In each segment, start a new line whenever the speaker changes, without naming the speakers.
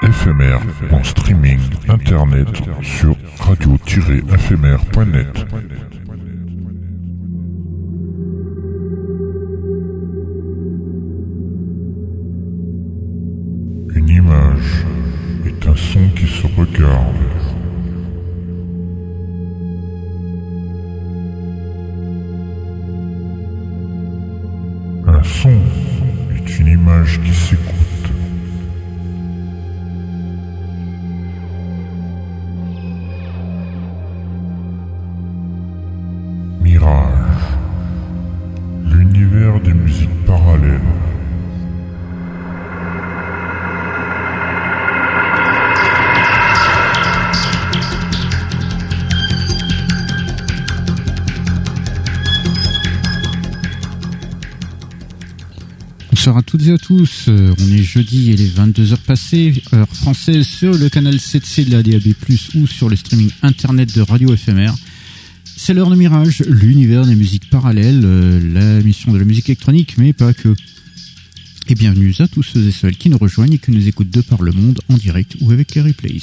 éphémère en streaming internet sur radio-éphémère.net. Une image est un son qui se regarde. Un son est une image qui s'écoute. Mirage, l'univers des musiques parallèles.
Bonsoir à toutes et à tous, on est jeudi et les 22h passées, heure française, sur le canal 7C de la DAB+, ou sur le streaming internet de Radio Éphémère. C'est l'heure de Mirage, l'univers des musiques parallèles, la mission de la musique électronique, mais pas que. Et bienvenue à tous ceux et celles qui nous rejoignent et qui nous écoutent de par le monde, en direct ou avec les replays.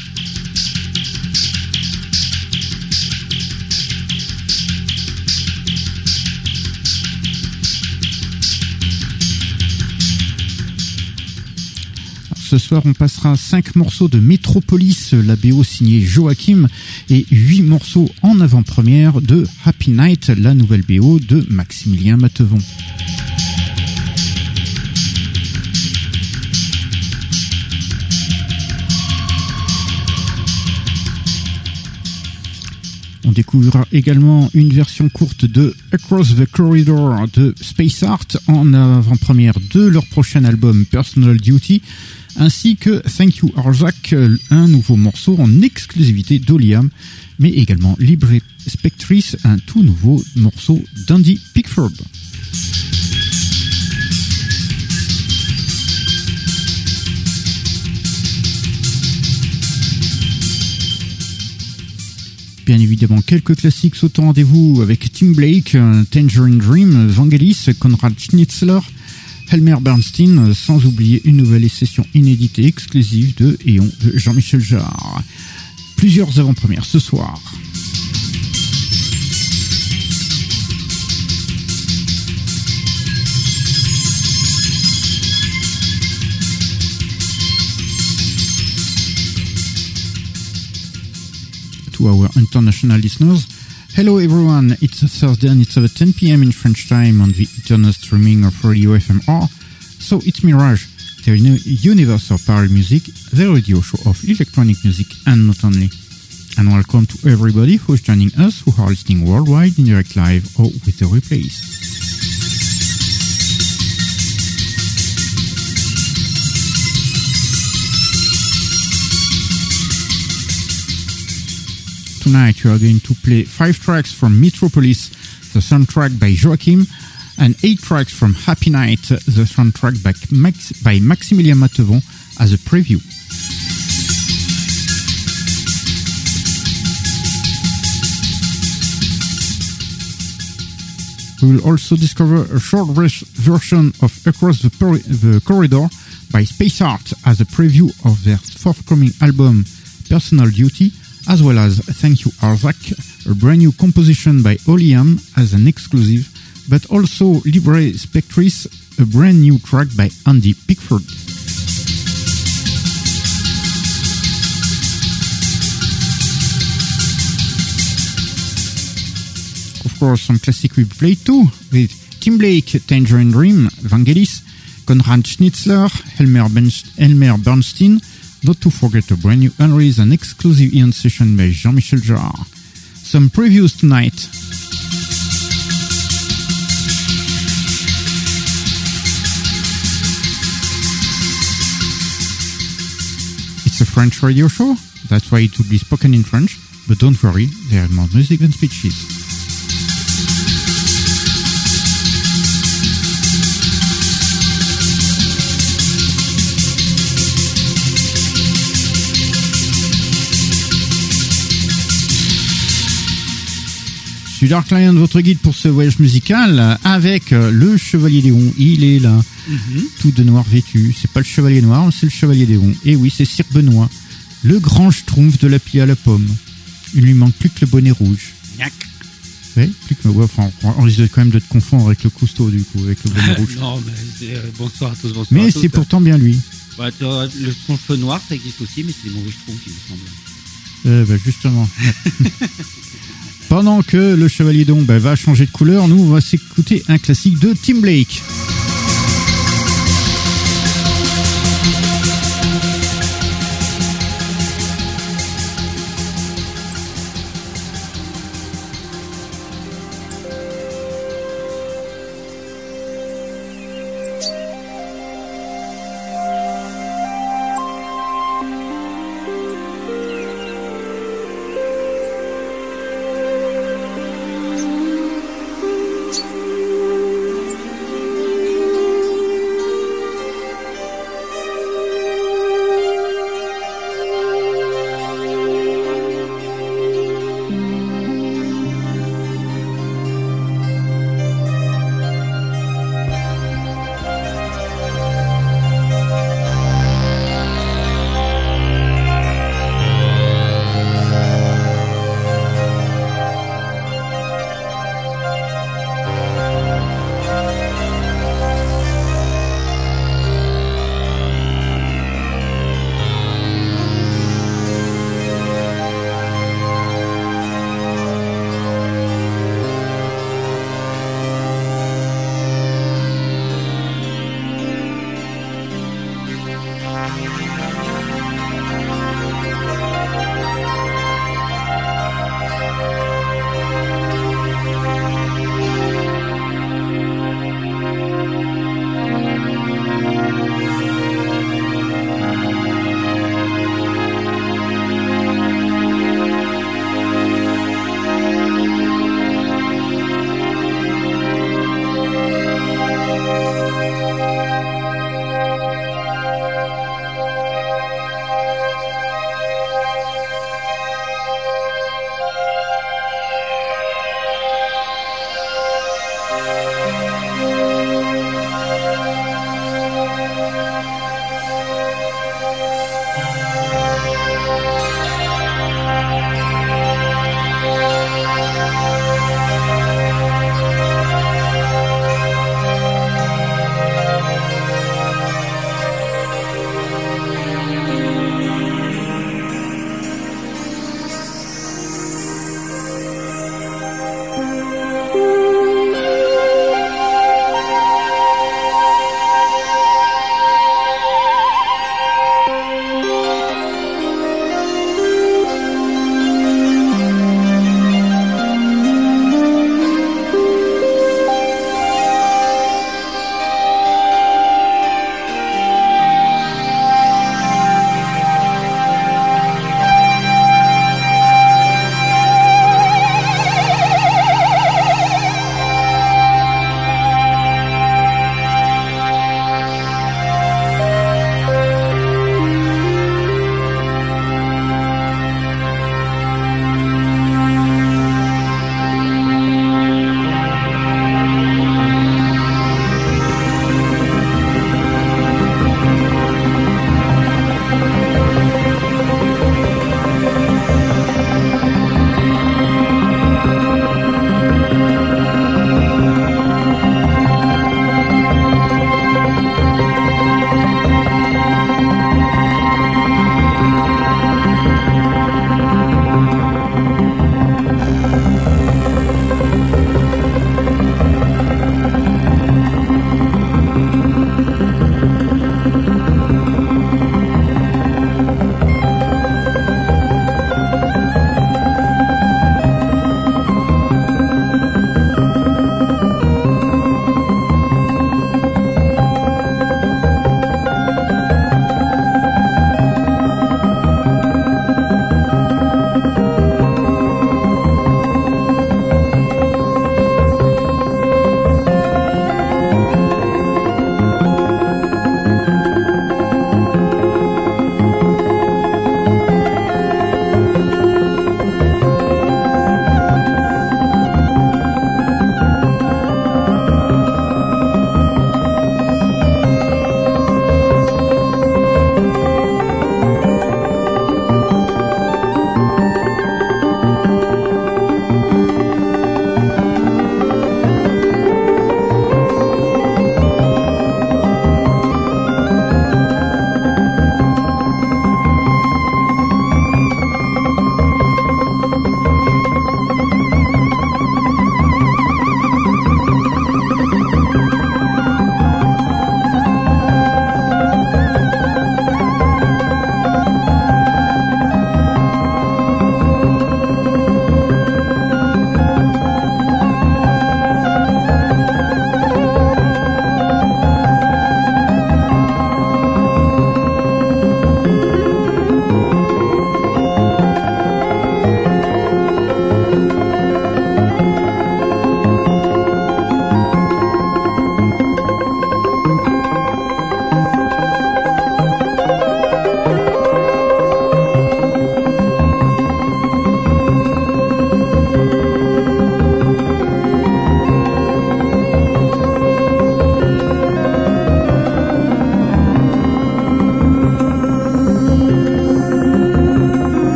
Ce soir, on passera 5 morceaux de Metropolis, la BO signée Joachim, et 8 morceaux en avant-première de Happy Night, la nouvelle BO de Maximilien Matevon. On découvrira également une version courte de Across the Corridor de Space Art en avant-première de leur prochain album Personal Duty, ainsi que Thank You Arzak, un nouveau morceau en exclusivité d'Oliam, mais également Libre Spectrice, un tout nouveau morceau d'Andy Pickford. Bien évidemment, quelques classiques sautent au rendez-vous avec Tim Blake, Tangerine Dream, Vangelis, Konrad Schnitzler, Elmer Bernstein, sans oublier une nouvelle session inédite et exclusive de Éon de Jean-Michel Jarre. Plusieurs avant-premières ce soir. To our international listeners, hello everyone, it's Thursday and it's about 10 p.m. in French time on the eternal streaming of Radio FMR. So it's Mirage, the universe of parallel music, the radio show of electronic music and not only. And welcome to everybody who's joining us who are listening worldwide in direct live or with the replays. Tonight we are going to play 5 tracks from Metropolis, the soundtrack by Joachim, and 8 tracks from Happy Night, the soundtrack by Maximilien Matevon, as a preview. We will also discover a short version of Across the Corridor by Space Art as a preview of their forthcoming album Personal Duty, as well as Thank You Arzak, a brand new composition by Oliam as an exclusive, but also Libre Spectrice, a brand new track by Andy Pickford. Of course, some classic we played too, with Tim Blake, Tangerine Dream, Vangelis, Konrad Schnitzler, Elmer Bernstein, not to forget a brand new unreleased and exclusive Eon session by Jean-Michel Jarre. Some previews tonight. It's a French radio show, that's why it will be spoken in French, but don't worry, there are more music than speeches. Je suis Dark Lion, votre guide pour ce voyage musical, avec le Chevalier Léon. Il est là. tout de noir vêtu. C'est pas le chevalier noir, c'est le chevalier d'Éon. Et oui, c'est Sir Benoît, le grand schtroumpf de la pie à la pomme. Il lui manque plus que le bonnet rouge. Ouais, plus que, on risque quand même de te confondre avec le cousteau, du coup, avec le bonnet rouge.
Non, mais bonsoir à tous, bonsoir
mais
à tous.
c'est pourtant bien lui.
Ouais, le schtroumpf noir, ça existe aussi, mais c'est des mauvais schtroumpfs, il me semble.
Justement. Pendant que le chevalier d'Éon va changer de couleur, nous, on va s'écouter un classique de Tim Blake.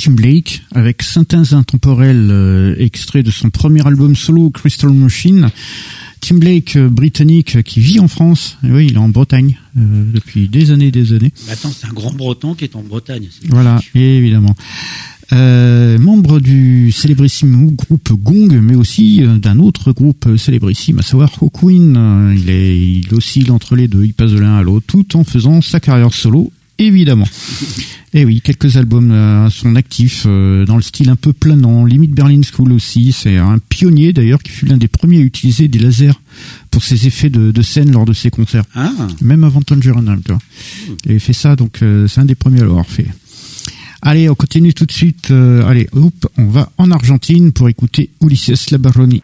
Tim Blake avec Synthèse intemporelle, extrait de son premier album solo Crystal Machine. Tim Blake, britannique, qui vit en France. Et oui, il est en Bretagne depuis des années.
Mais attends, c'est un grand Breton qui est en Bretagne.
Voilà, évidemment. Membre du célébrissime groupe Gong, mais aussi d'un autre groupe célébrissime, à savoir Hawkwind. Il oscille entre les deux, il passe de l'un à l'autre, tout en faisant sa carrière solo, évidemment. Et oui, quelques albums à son actif, dans le style un peu planant, limite Berlin School aussi. C'est un pionnier d'ailleurs qui fut l'un des premiers à utiliser des lasers pour ses effets de scène lors de ses concerts.
Ah.
Même avant Tangerine, tu vois. Il avait fait ça, donc c'est un des premiers à l'avoir fait. Allez, on continue tout de suite. On va en Argentine pour écouter Ulises Labaroni.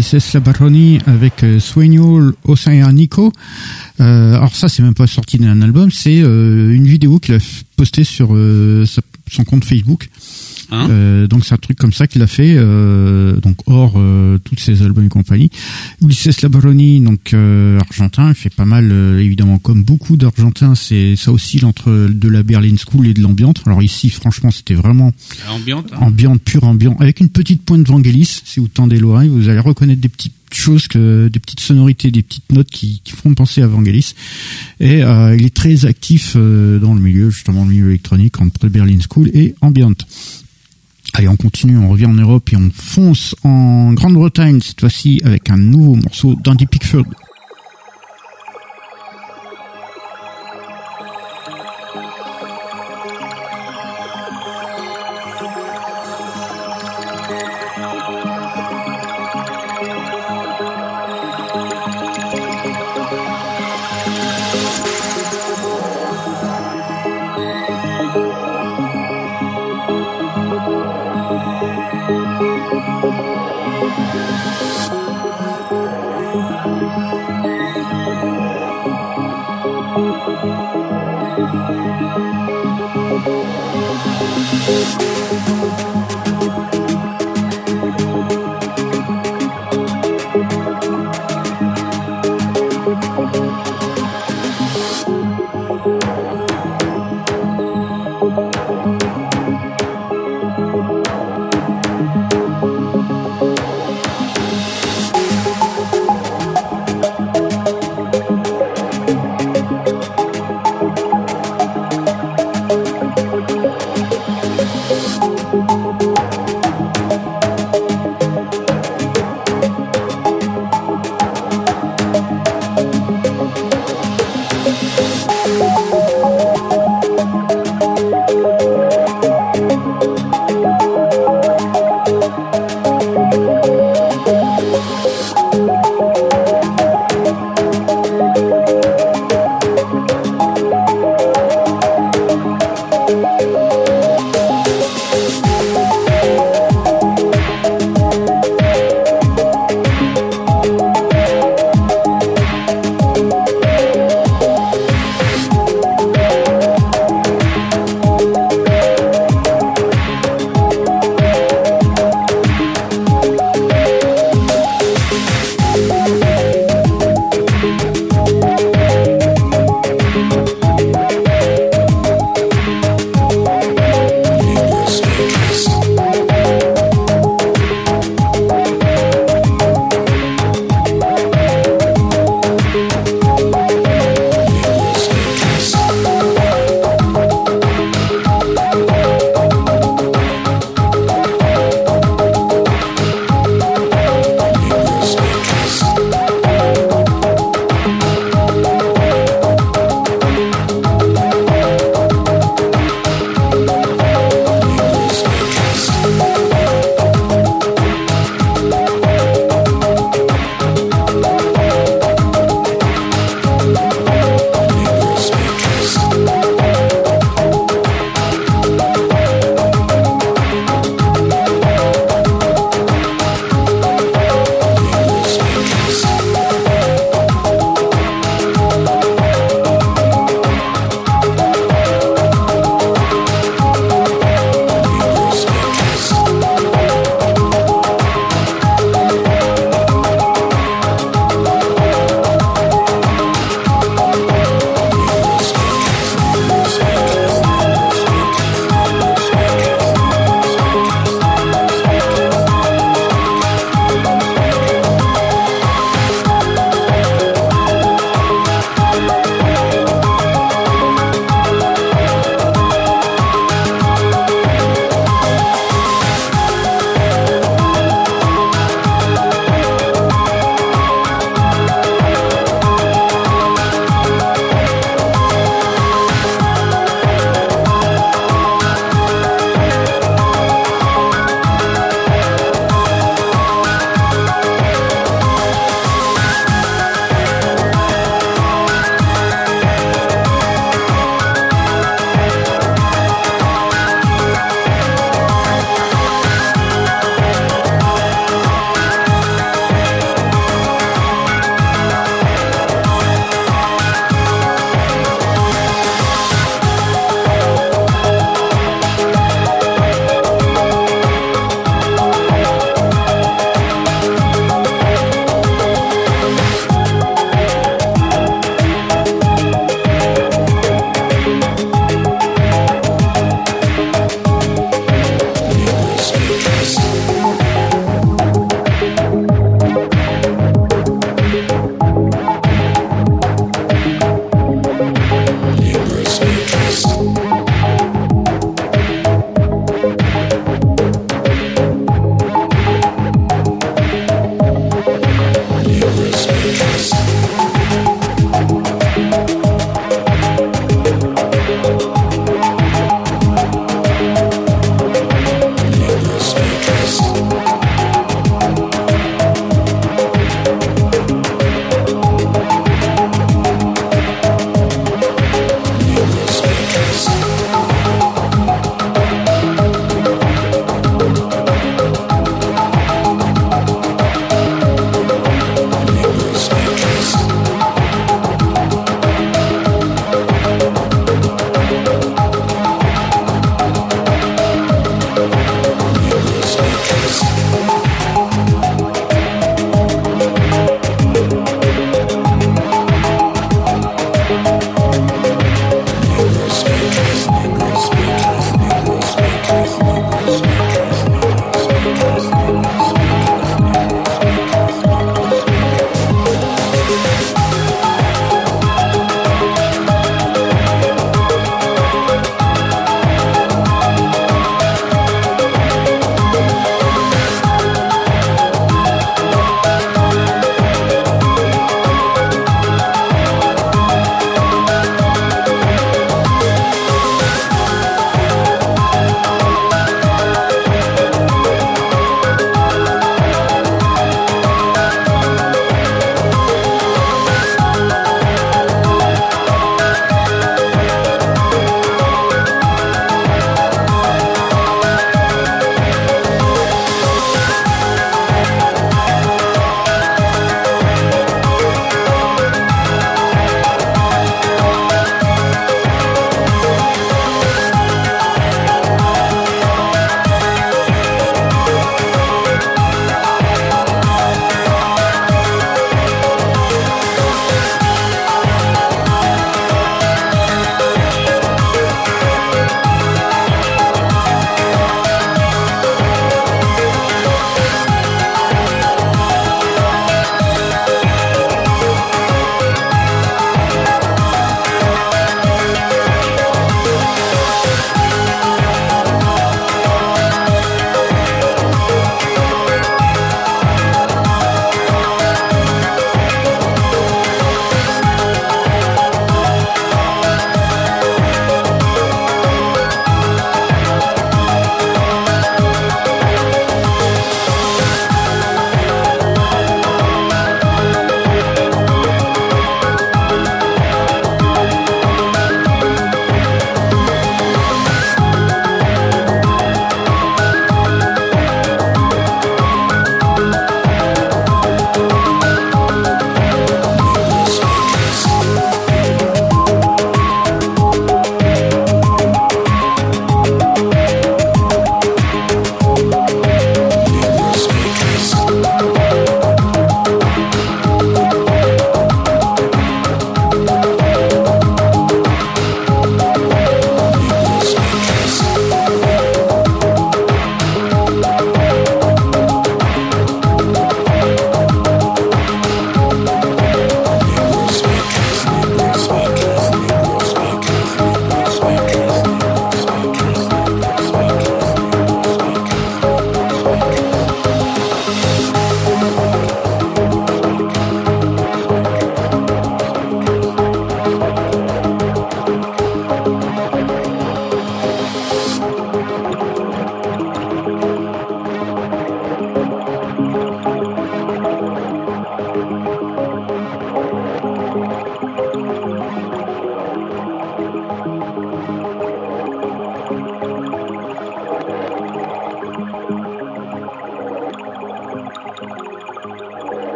Ulysses Labaroni avec Sueño Oceánico. Alors ça, c'est même pas sorti d'un album, c'est une vidéo qu'il a postée sur son compte Facebook. Donc c'est un truc comme ça qu'il a fait, donc hors toutes ses albums et compagnie. Ulysses Labaroni, donc argentin, il fait pas mal, évidemment, comme beaucoup d'Argentins, ça oscille entre de la Berlin School et de l'ambiante. Alors ici, franchement, c'était vraiment ambiante, pure ambiante, avec une petite pointe Vangelis. Si vous tendez l'oreille, vous allez reconnaître des petites choses, des petites sonorités, des petites notes qui font penser à Vangelis. Et il est très actif dans le milieu, justement, le milieu électronique, entre Berlin School et ambiante. Allez, on continue, on revient en Europe et on fonce en Grande-Bretagne, cette fois-ci avec un nouveau morceau d'Andy Pickford.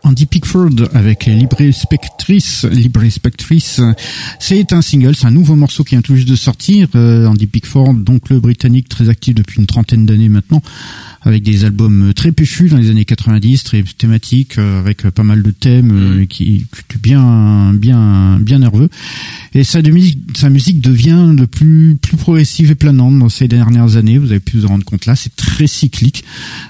Andy Pickford avec Libre Spectrice. C'est un single, c'est un nouveau morceau qui vient tout juste de sortir. Andy Pickford, donc le Britannique, très actif depuis une trentaine d'années maintenant, avec des albums très péchus dans les années 90, très thématiques, avec pas mal de thèmes qui bien nerveux. Et sa musique devient de plus progressive et planante dans ces dernières années. Vous avez pu vous en rendre compte là, c'est très cyclique.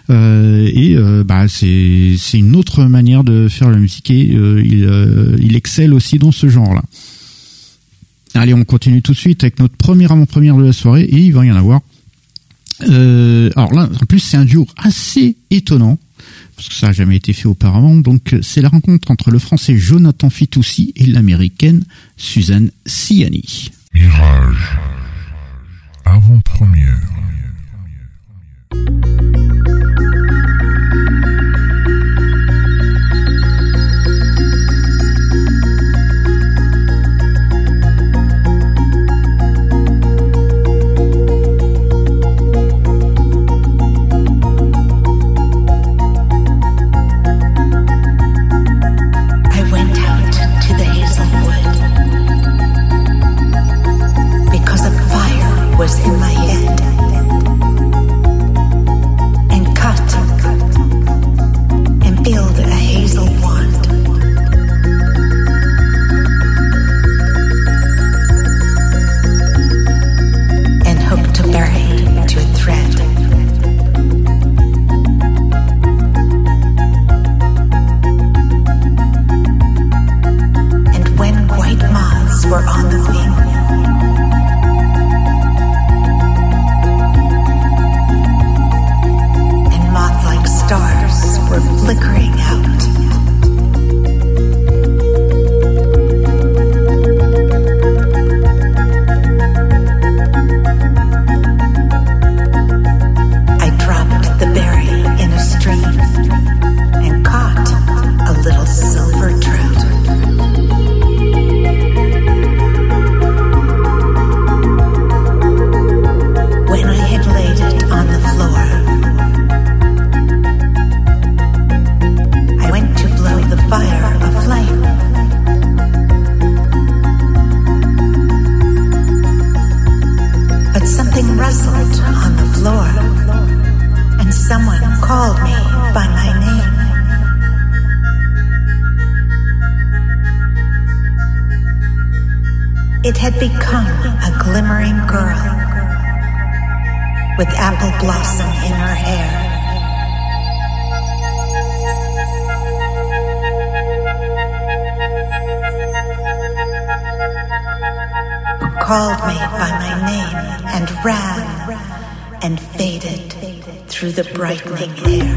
C'est une autre manière de faire la musique et il excelle aussi dans ce genre-là. Allez, on continue tout de suite avec notre première avant-première de la soirée et il va y en avoir. Alors là, en plus, c'est un duo assez étonnant parce que ça n'a jamais été fait auparavant. Donc, c'est la rencontre entre le français Jonathan Fitoussi et l'américaine Suzanne Ciani.
Mirage, avant-première.
Was in my head and cut and build a hazel wand and hooked a berry to a thread. And when white moths were on the wing, stars were flickering out. I dropped the berry in a stream and caught a little silver trout. When I had laid it on the floor, fire aflame. But something rustled on the floor, and someone called me by my name. It had become a glimmering girl with apple blossom in her hair. Called me by my name and ran and faded through the brightening air.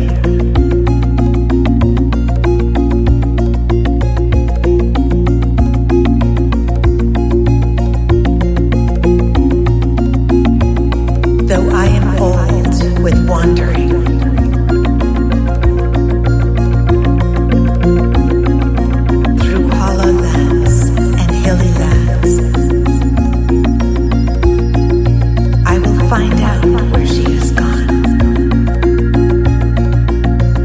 Though I am old with wandering, through hollow lands and hilly lands, find out where she has gone.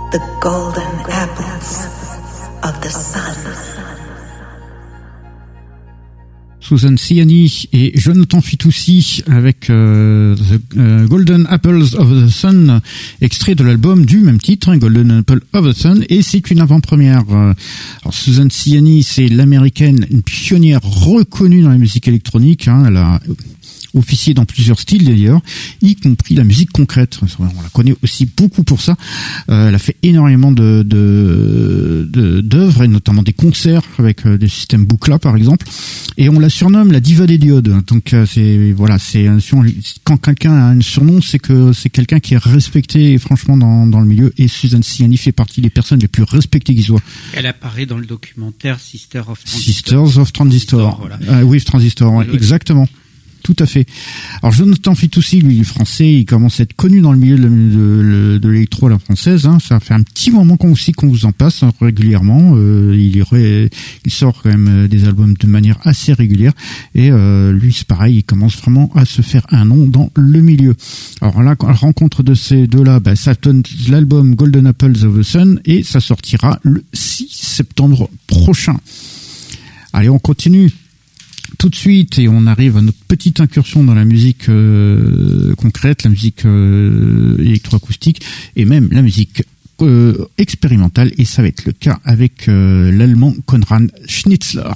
the golden apples of the sun.
Susan Ciani et Jonathan Fitoussi avec The Golden Apples of the Sun, extrait de l'album du même titre, Golden Apple of the Sun, et c'est une avant-première. Alors Susan Ciani, c'est l'américaine, une pionnière reconnue dans la musique électronique, hein, elle a officié dans plusieurs styles d'ailleurs, y compris la musique concrète. On la connaît aussi beaucoup pour ça. Elle a fait énormément d'œuvres et notamment des concerts avec des systèmes Buchla par exemple. Et on la surnomme la diva des diodes. Donc c'est quand quelqu'un a un surnom, c'est que c'est quelqu'un qui est respecté franchement dans le milieu. Et Susan Ciani fait partie des personnes les plus respectées qui soient.
Elle apparaît dans le documentaire Sisters of
Transistor. Voilà. Oui, Transistor, ouais, exactement. Tout à fait. Alors Jonathan Fitoussi, lui, il est français, il commence à être connu dans le milieu de l'électro à la française. Hein. Ça fait un petit moment qu'on vous en passe hein, régulièrement. Il sort quand même des albums de manière assez régulière. Et lui, c'est pareil, il commence vraiment à se faire un nom dans le milieu. Alors là, la rencontre de ces deux-là, ça donne l'album Golden Apples of the Sun et ça sortira le 6 septembre prochain. Allez, on continue tout de suite et on arrive à notre petite incursion dans la musique concrète, la musique électroacoustique et même la musique expérimentale, et ça va être le cas avec l'allemand Konrad Schnitzler.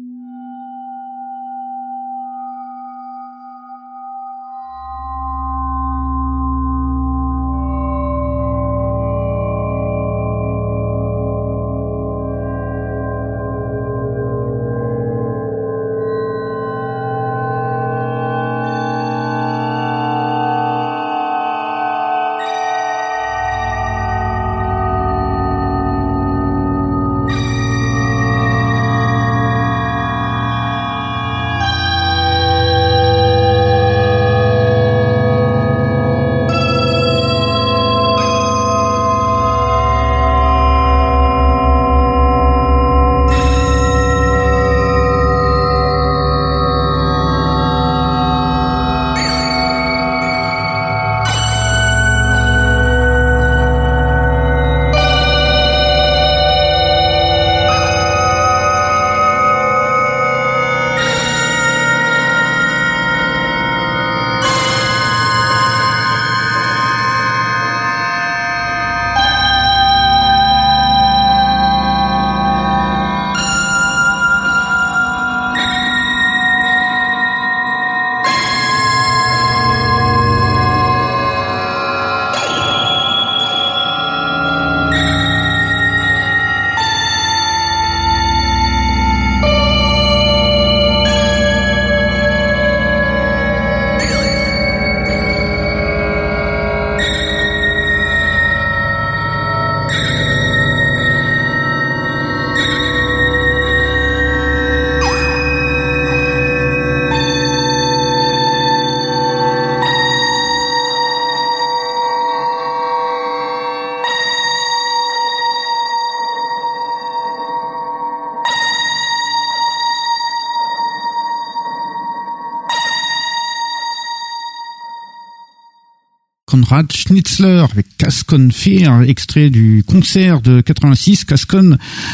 Konrad Schnitzler avec Kaskon Fear, extrait du concert de 86, Kaskon.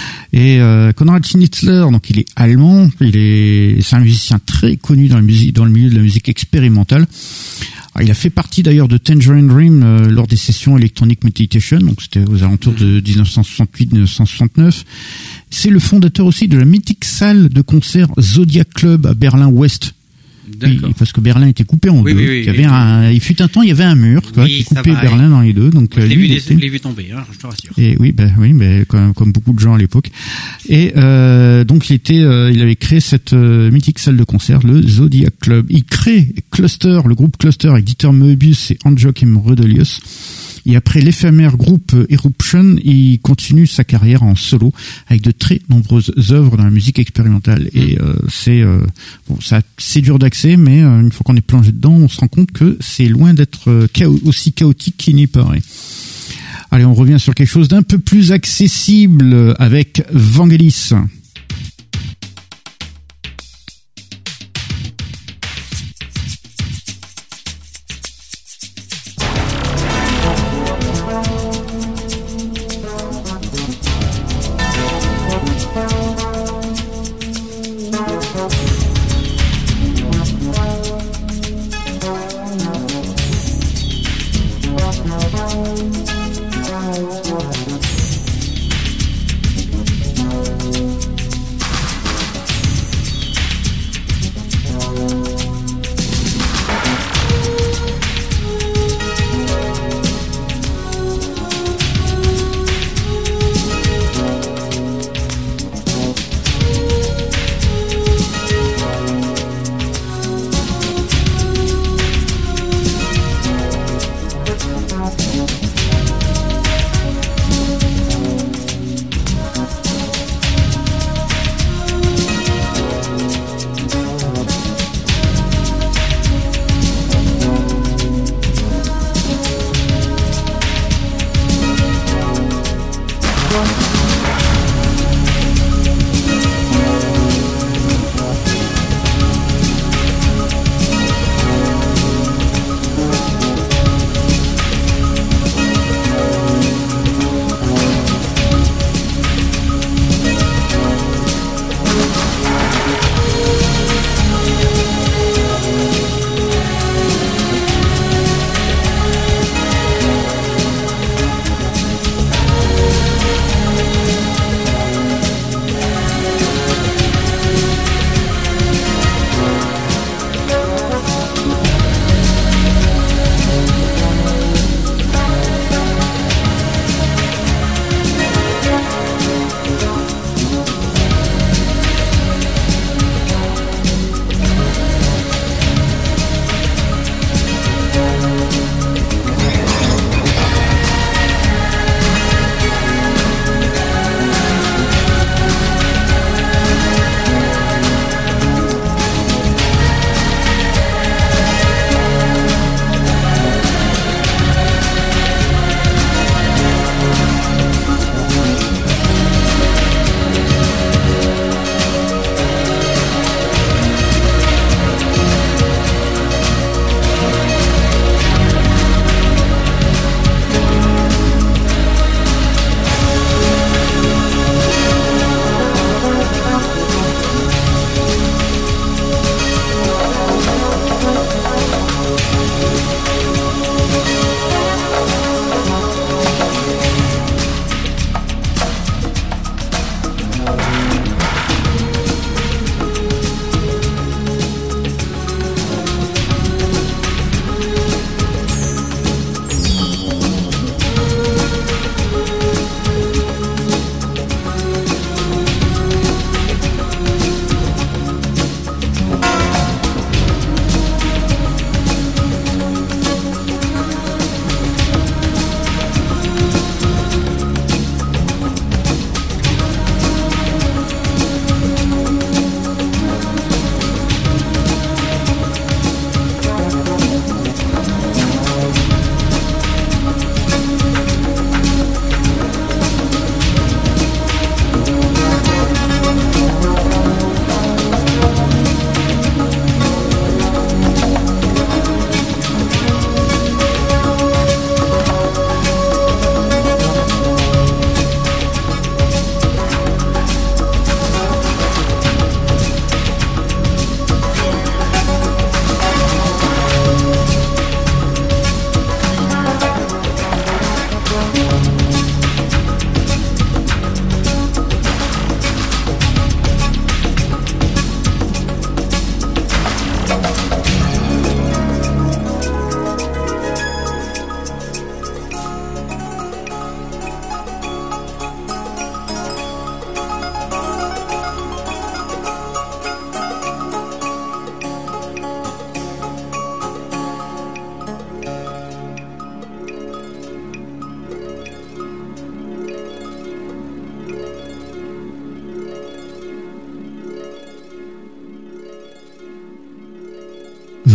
Et Konrad Schnitzler, donc il est allemand, c'est un musicien très connu dans le milieu de la musique expérimentale. Alors, il a fait partie d'ailleurs de Tangerine Dream lors des sessions Electronic Meditation, donc c'était aux alentours de 1968-1969. C'est le fondateur aussi de la mythique salle de concert Zodiac Club à Berlin-Ouest. Oui, parce que Berlin était coupé en deux. Il fut un temps, il y avait un mur qui coupait Berlin dans les deux. Donc
je l'ai vu tomber, hein, je te rassure.
Et oui, comme beaucoup de gens à l'époque. Et donc il avait créé cette mythique salle de concert, le Zodiac Club. Il crée Cluster, le groupe Cluster avec Dieter Möbius et Hans-Joachim Rudelius. Et après l'éphémère groupe Eruption, il continue sa carrière en solo avec de très nombreuses œuvres dans la musique expérimentale. Et c'est dur d'accès, mais une fois qu'on est plongé dedans, on se rend compte que c'est loin d'être aussi chaotique qu'il n'y paraît. Allez, on revient sur quelque chose d'un peu plus accessible avec Vangelis.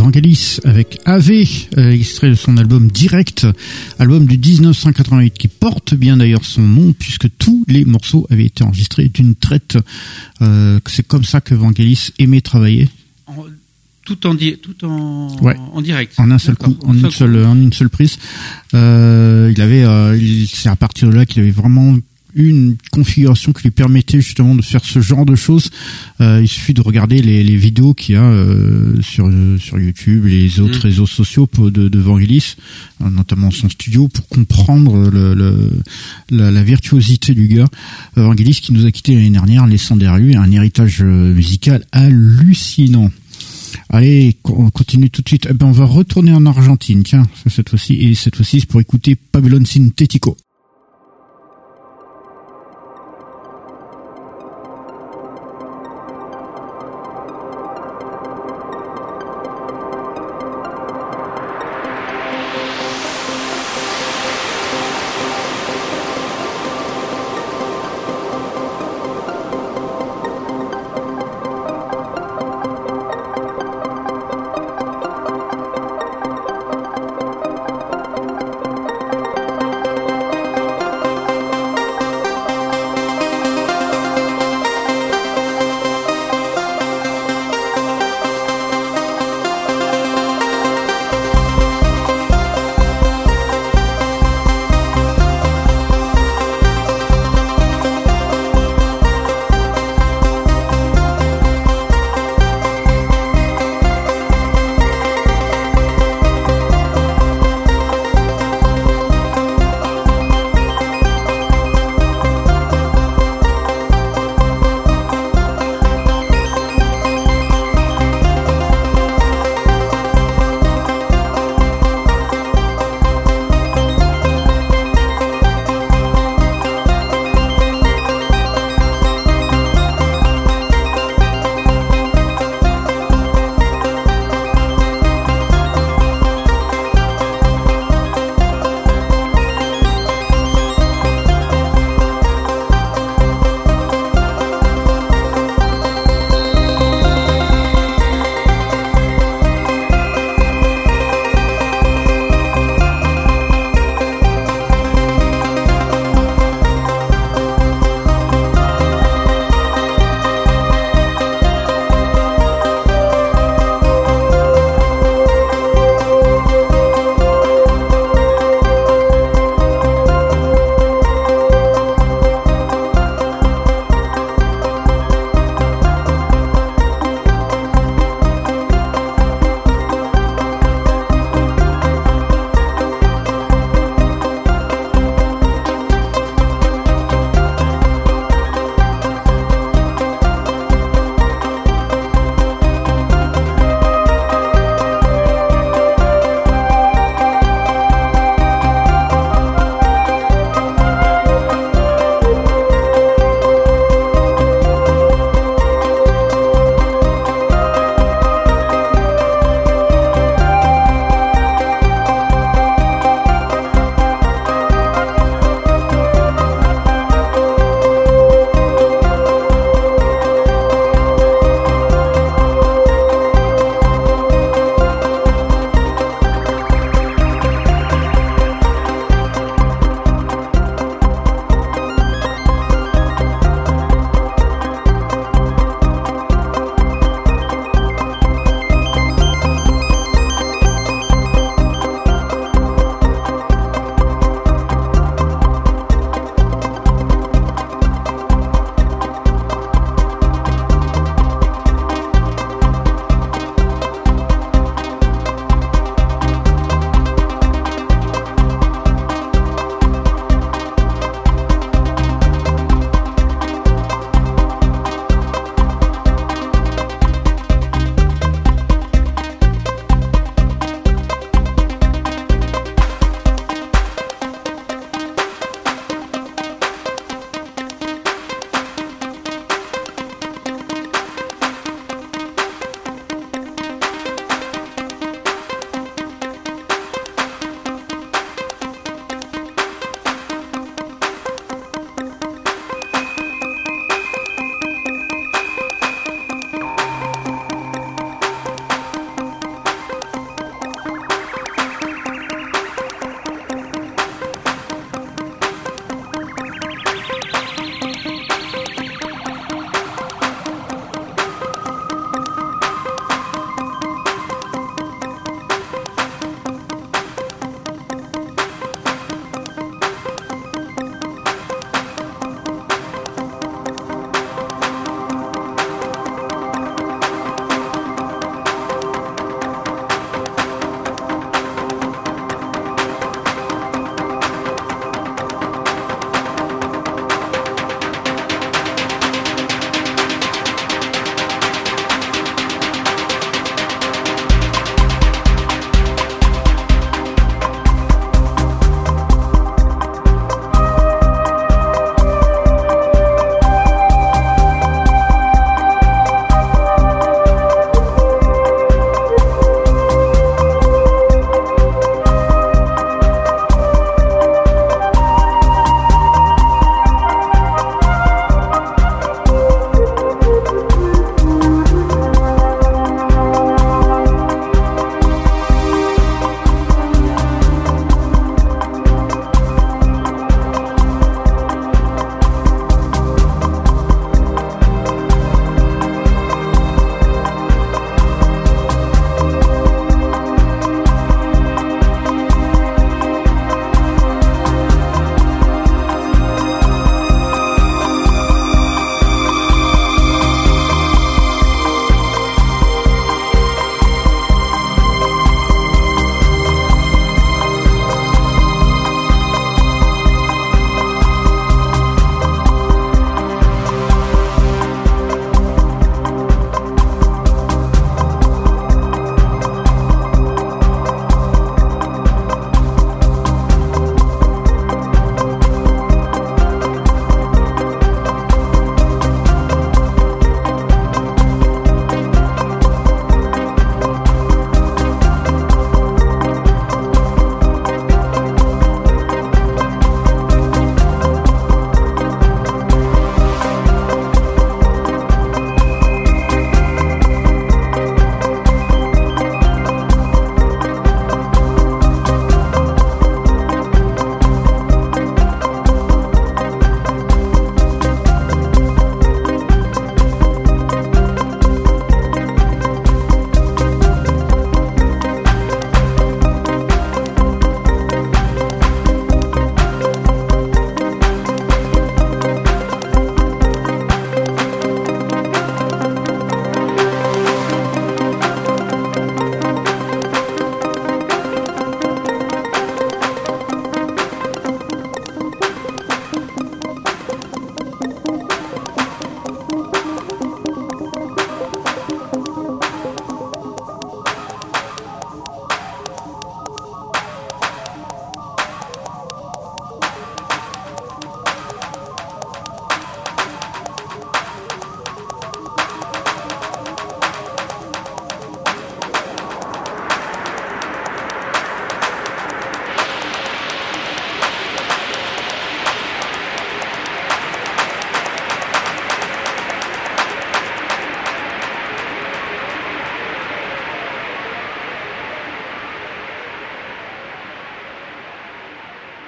Vangelis avec AV, extrait de son album Direct, album du 1988 qui porte bien d'ailleurs son nom puisque tous les morceaux avaient été enregistrés d'une traite. C'est comme ça que Vangelis aimait travailler.
Tout en direct.
En un seul coup, en une seule prise. C'est à partir de là qu'il avait vraiment une configuration qui lui permettait justement de faire ce genre de choses. Il suffit de regarder les vidéos qu'il y a sur YouTube et les autres réseaux sociaux de Vangelis, notamment son studio, pour comprendre la virtuosité du gars. Vangelis qui nous a quitté l'année dernière, laissant derrière lui un héritage musical hallucinant. Allez, on continue tout de suite. On va retourner en Argentine, tiens, cette fois-ci c'est pour écouter Pabellón Sintético.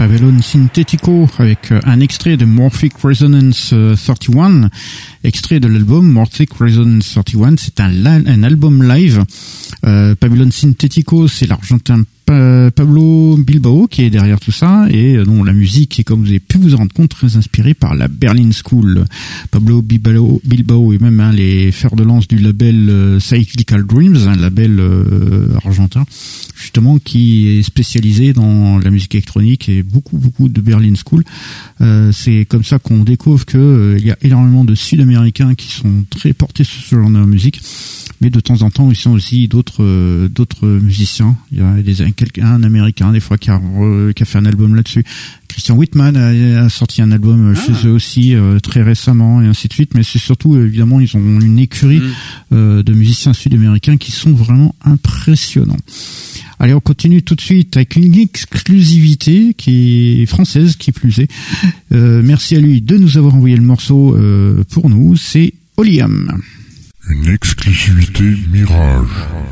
Babylon Synthetico avec un extrait de Morphic Resonance 31, extrait de l'album Morphic Resonance 31. C'est un album live. Babylon Synthetico, c'est l'Argentin Pablo Bilbao qui est derrière tout ça, et dont la musique est, comme vous avez pu vous en rendre compte, très inspirée par la Berlin School. Pablo Bilbao est même les fers de lance du label Cyclical Dreams, un label argentin justement qui est spécialisé dans la musique électronique et beaucoup de Berlin School. C'est comme ça qu'on découvre que il y a énormément de Sud-Américains qui sont très portés sur ce genre de musique, mais de temps en temps ils sont aussi d'autres musiciens. Il y a un américain des fois qui a fait un album là-dessus. Christian Whitman a sorti un album chez eux aussi très récemment, et ainsi de suite. Mais c'est surtout, évidemment, ils ont une écurie de musiciens sud-américains qui sont vraiment impressionnants. Allez, on continue tout de suite avec une exclusivité qui est française, qui plus est. Merci à lui de nous avoir envoyé le morceau pour nous. C'est Oliam.
Une exclusivité Mirage.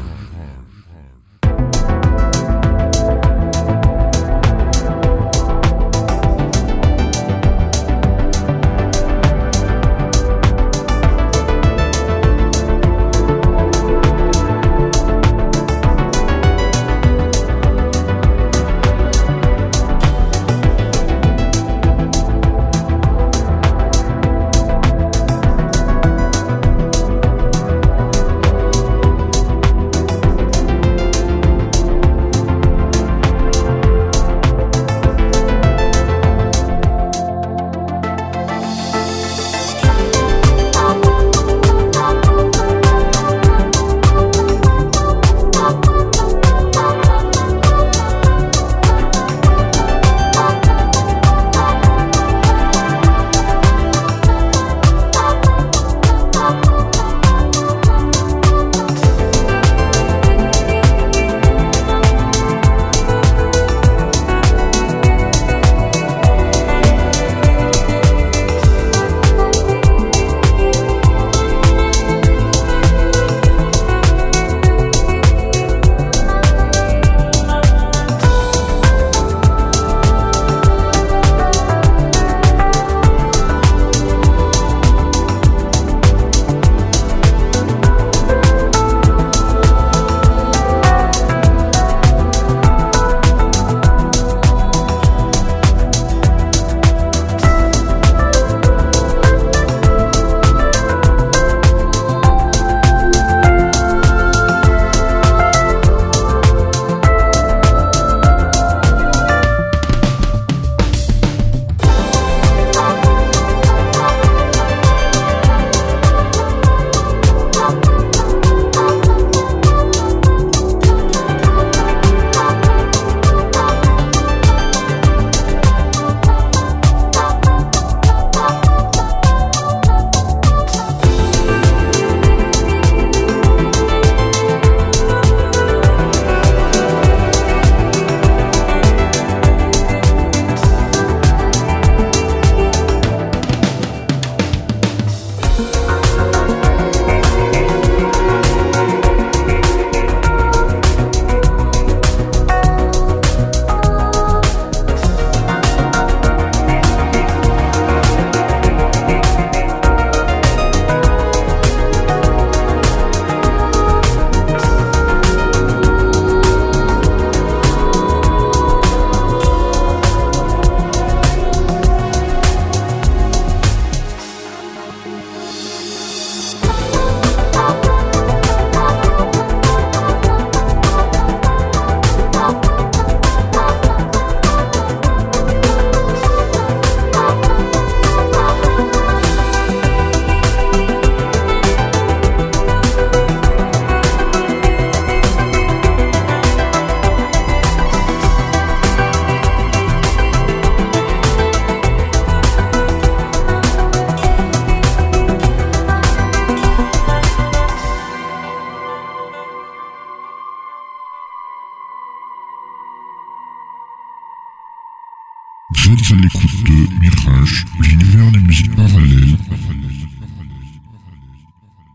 Vous êtes à l'écoute de Mirage, l'univers des musiques parallèles.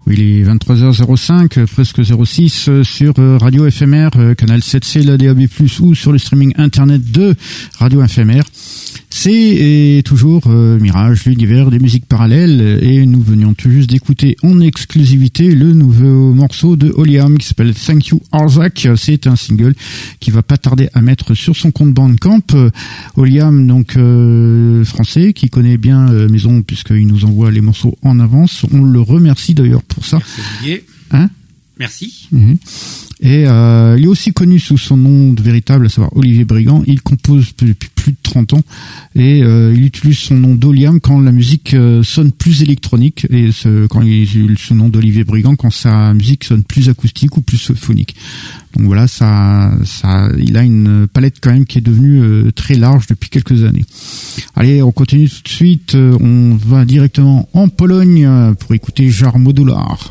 Oui, il est 23h05, presque 06 sur Radio FMR, canal 7C, la DAB+, ou sur le streaming internet de Radio FMR. C'est toujours Mirage, l'univers des musiques parallèles, et nous venions tout juste d'écouter en exclusivité le nouveau morceau de Oliam qui s'appelle Thank You Arzak. C'est un single qui va pas tarder à mettre sur son compte Bandcamp. Oliam, donc français, qui connaît bien Maison puisqu'il nous envoie les morceaux en avance. On le remercie d'ailleurs pour ça.
Merci Olivier.
Hein?
Merci.
Mmh. Et il est aussi connu sous son nom de véritable, à savoir Olivier Brigand. Il compose depuis plus de 30 ans et il utilise son nom d'Oliam quand la musique sonne plus électronique et quand il utilise son nom d'Olivier Brigand quand sa musique sonne plus acoustique ou plus symphonique. Donc voilà, il a une palette quand même qui est devenue très large depuis quelques années. Allez, on continue tout de suite. On va directement en Pologne pour écouter Jar Modular.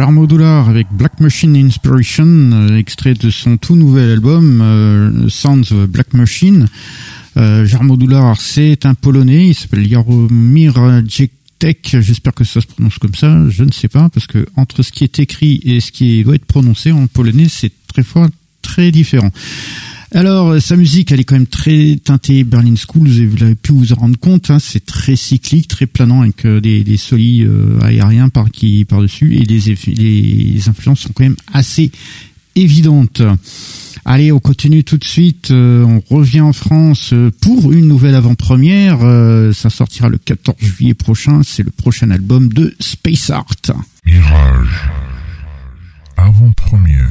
Jarmo Dullar avec Black Machine Inspiration, extrait de son tout nouvel album Sounds of Black Machine. Jarmo Dullar, c'est un Polonais, il s'appelle Jaromir Jędrzejczyk, j'espère que ça se prononce comme ça, je ne sais pas, parce que entre ce qui est écrit et ce qui doit être prononcé en polonais, c'est très fois très différent. Alors, sa musique, elle est quand même très teintée Berlin School, vous avez pu vous en rendre compte, hein, c'est très cyclique, très planant, avec des solis aériens par-dessus, et les influences sont quand même assez évidentes. Allez, on continue tout de suite, on revient en France pour une nouvelle avant-première, ça sortira le 14 juillet prochain, c'est le prochain album de Space Art.
Mirage, avant-première.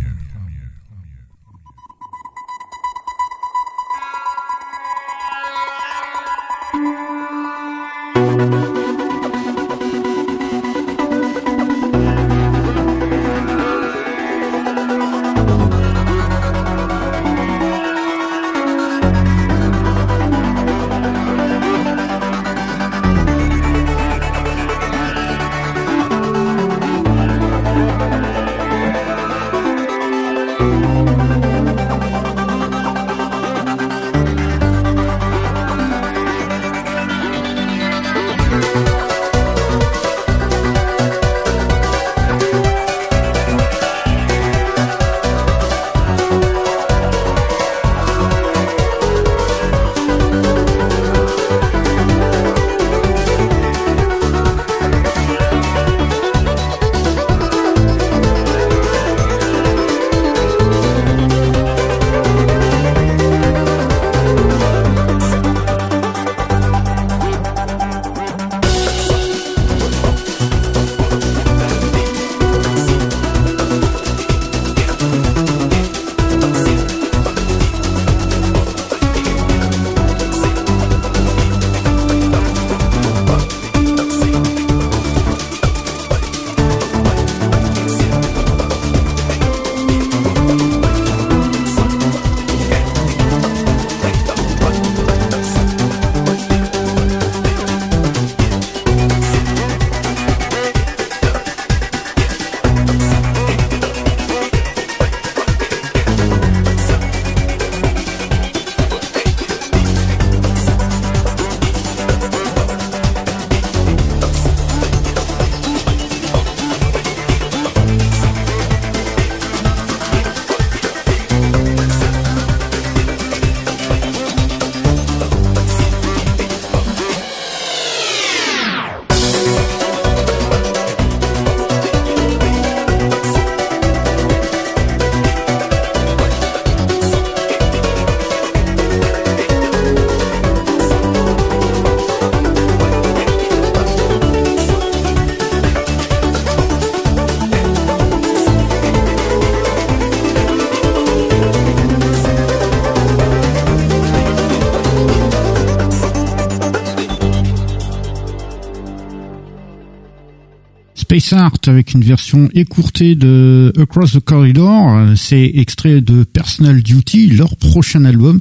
Space Art avec une version écourtée de Across the Corridor, c'est extrait de Personal Duty, leur prochain album.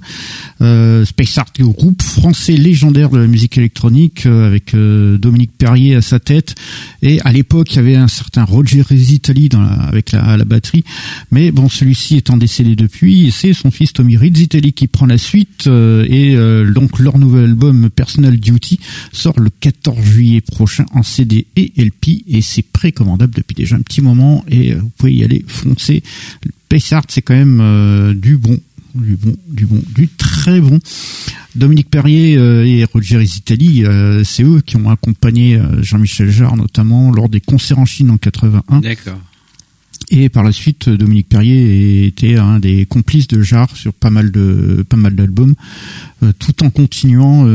Space Art, le groupe français légendaire de la musique électronique, avec Dominique Perrier à sa tête, et à l'époque il y avait un certain Roger Rizzitelli avec la batterie, mais bon, celui-ci étant décédé depuis, c'est son fils Tommy Rizzitelli qui prend la suite, et donc leur nouvel album Personal Duty sort le 14 juillet prochain en CD et LP, et c'est précommandable depuis déjà un petit moment, et vous pouvez y aller foncer. Space Art, c'est quand même du très bon. Dominique Perrier et Roger Rizzitelli, c'est eux qui ont accompagné Jean-Michel Jarre notamment lors des concerts en Chine en 81.
D'accord.
Et par la suite, Dominique Perrier était un des complices de Jarre sur pas mal d'albums, tout en continuant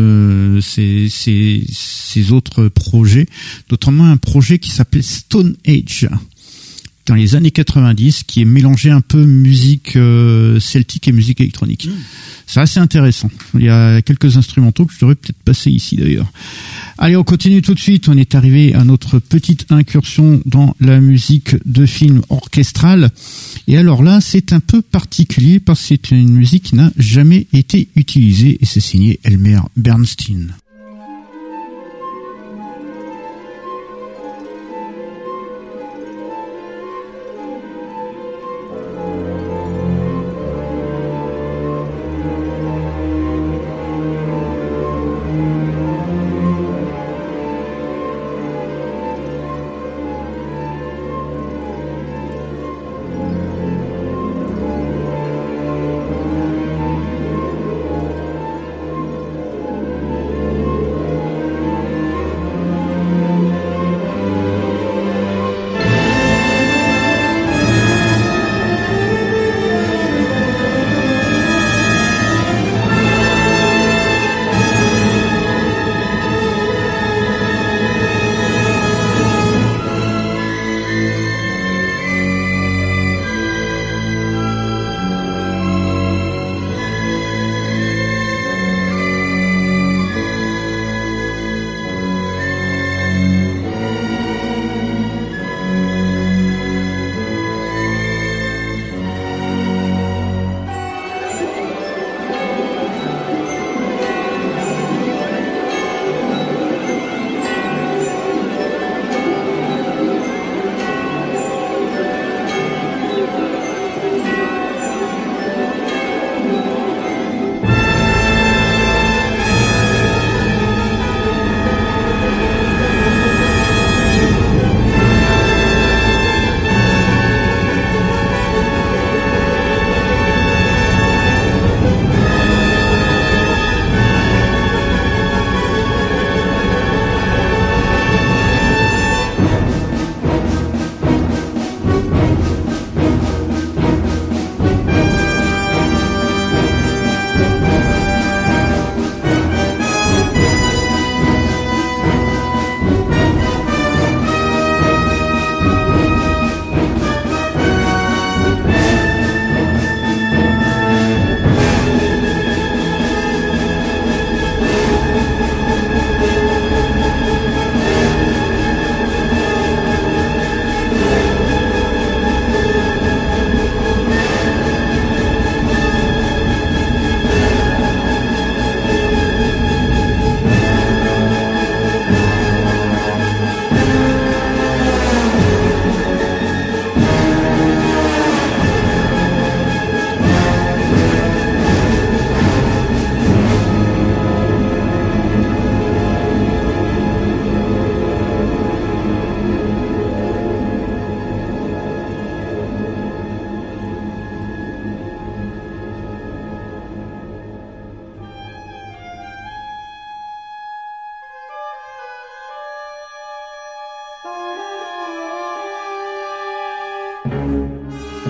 ses autres projets, notamment un projet qui s'appelait Stone Age dans les années 90, qui est mélangé un peu musique celtique et musique électronique. C'est assez intéressant. Il y a quelques instrumentaux que je devrais peut-être passer ici d'ailleurs. Allez, on continue tout de suite. On est arrivé à notre petite incursion dans la musique de film orchestrale. Et alors là, c'est un peu particulier parce que c'est une musique qui n'a jamais été utilisée, et c'est signé Elmer Bernstein.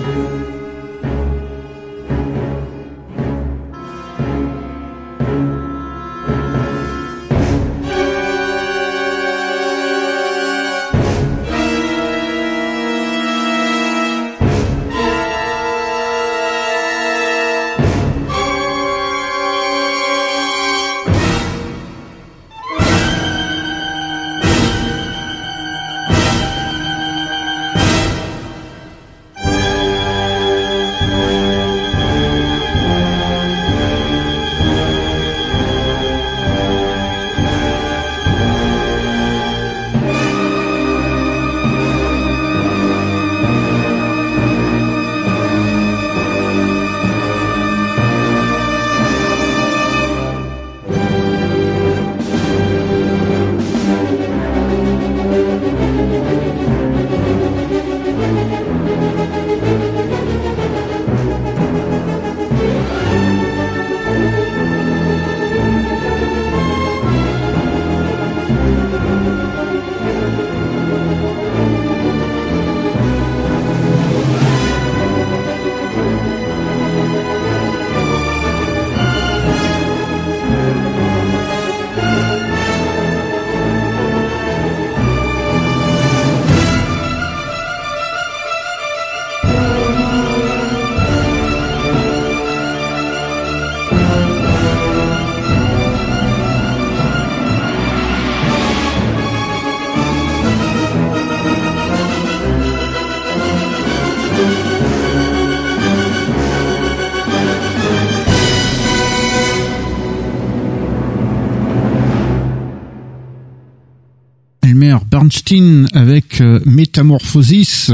Bernstein avec Métamorphosis,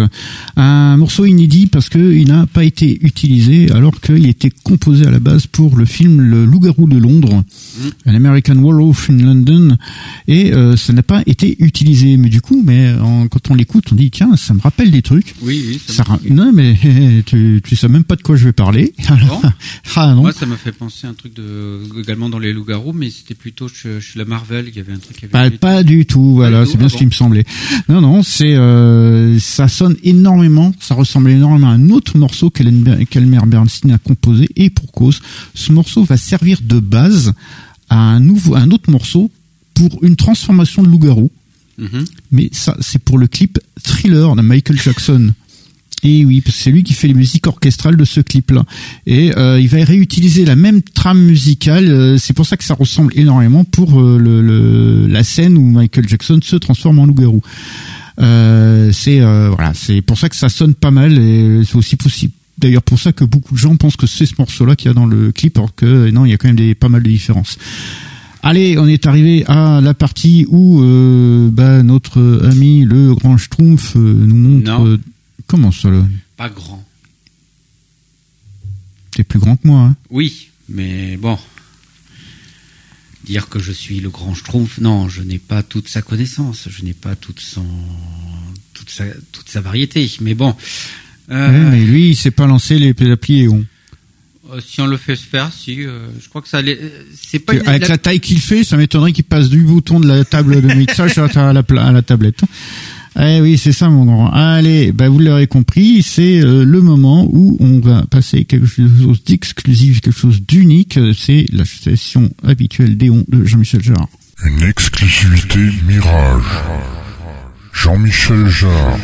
un morceau inédit parce que il n'a pas été utilisé alors qu'il était composé à la base pour le film Le Loup-garou de Londres, An American Werewolf in London, et ça n'a pas été utilisé. Mais du coup, quand on l'écoute, on dit tiens, ça me rappelle des trucs.
Oui.
Non, mais tu sais même pas de quoi je vais parler. Alors,
non. Moi, ça m'a fait penser à un truc également dans les loups-garous, mais c'était plutôt chez la Marvel, il y avait un truc.
Pas du tout. Voilà, c'est bien ce qui me semblait. Non, c'est ça sonne énormément, ça ressemble énormément à un autre morceau qu'Elmer Bernstein a composé, et pour cause, ce morceau va servir de base à un autre morceau pour une transformation de loup-garou. Mais ça, c'est pour le clip Thriller de Michael Jackson. Et oui, parce que c'est lui qui fait les musiques orchestrales de ce clip-là. Et il va réutiliser la même trame musicale. C'est pour ça que ça ressemble énormément pour la scène où Michael Jackson se transforme en loup-garou. C'est pour ça que ça sonne pas mal, et c'est aussi possible. D'ailleurs, pour ça que beaucoup de gens pensent que c'est ce morceau-là qu'il y a dans le clip, alors que non, il y a quand même pas mal de différences. Allez, on est arrivé à la partie où notre ami le Grand Schtroumpf nous montre.
Non.
Comment ça là ?
Pas grand.
T'es plus grand que moi, hein ?
Oui, mais bon. Dire que je suis le Grand Schtroumpf, non, je n'ai pas toute sa connaissance, je n'ai pas toute sa variété, mais bon.
Mais lui, il s'est pas lancé les pliés.
Si on le fait faire, je crois que ça allait. C'est pas
avec la taille qu'il fait, ça m'étonnerait qu'il passe du bouton de la table de mixage à la tablette. Eh oui, c'est ça, mon grand. Allez, vous l'aurez compris, c'est le moment où on va passer quelque chose d'exclusif, quelque chose d'unique. C'est la session habituelle d'Éon de Jean-Michel Jarre.
Une exclusivité Mirage. Jean-Michel Jarre.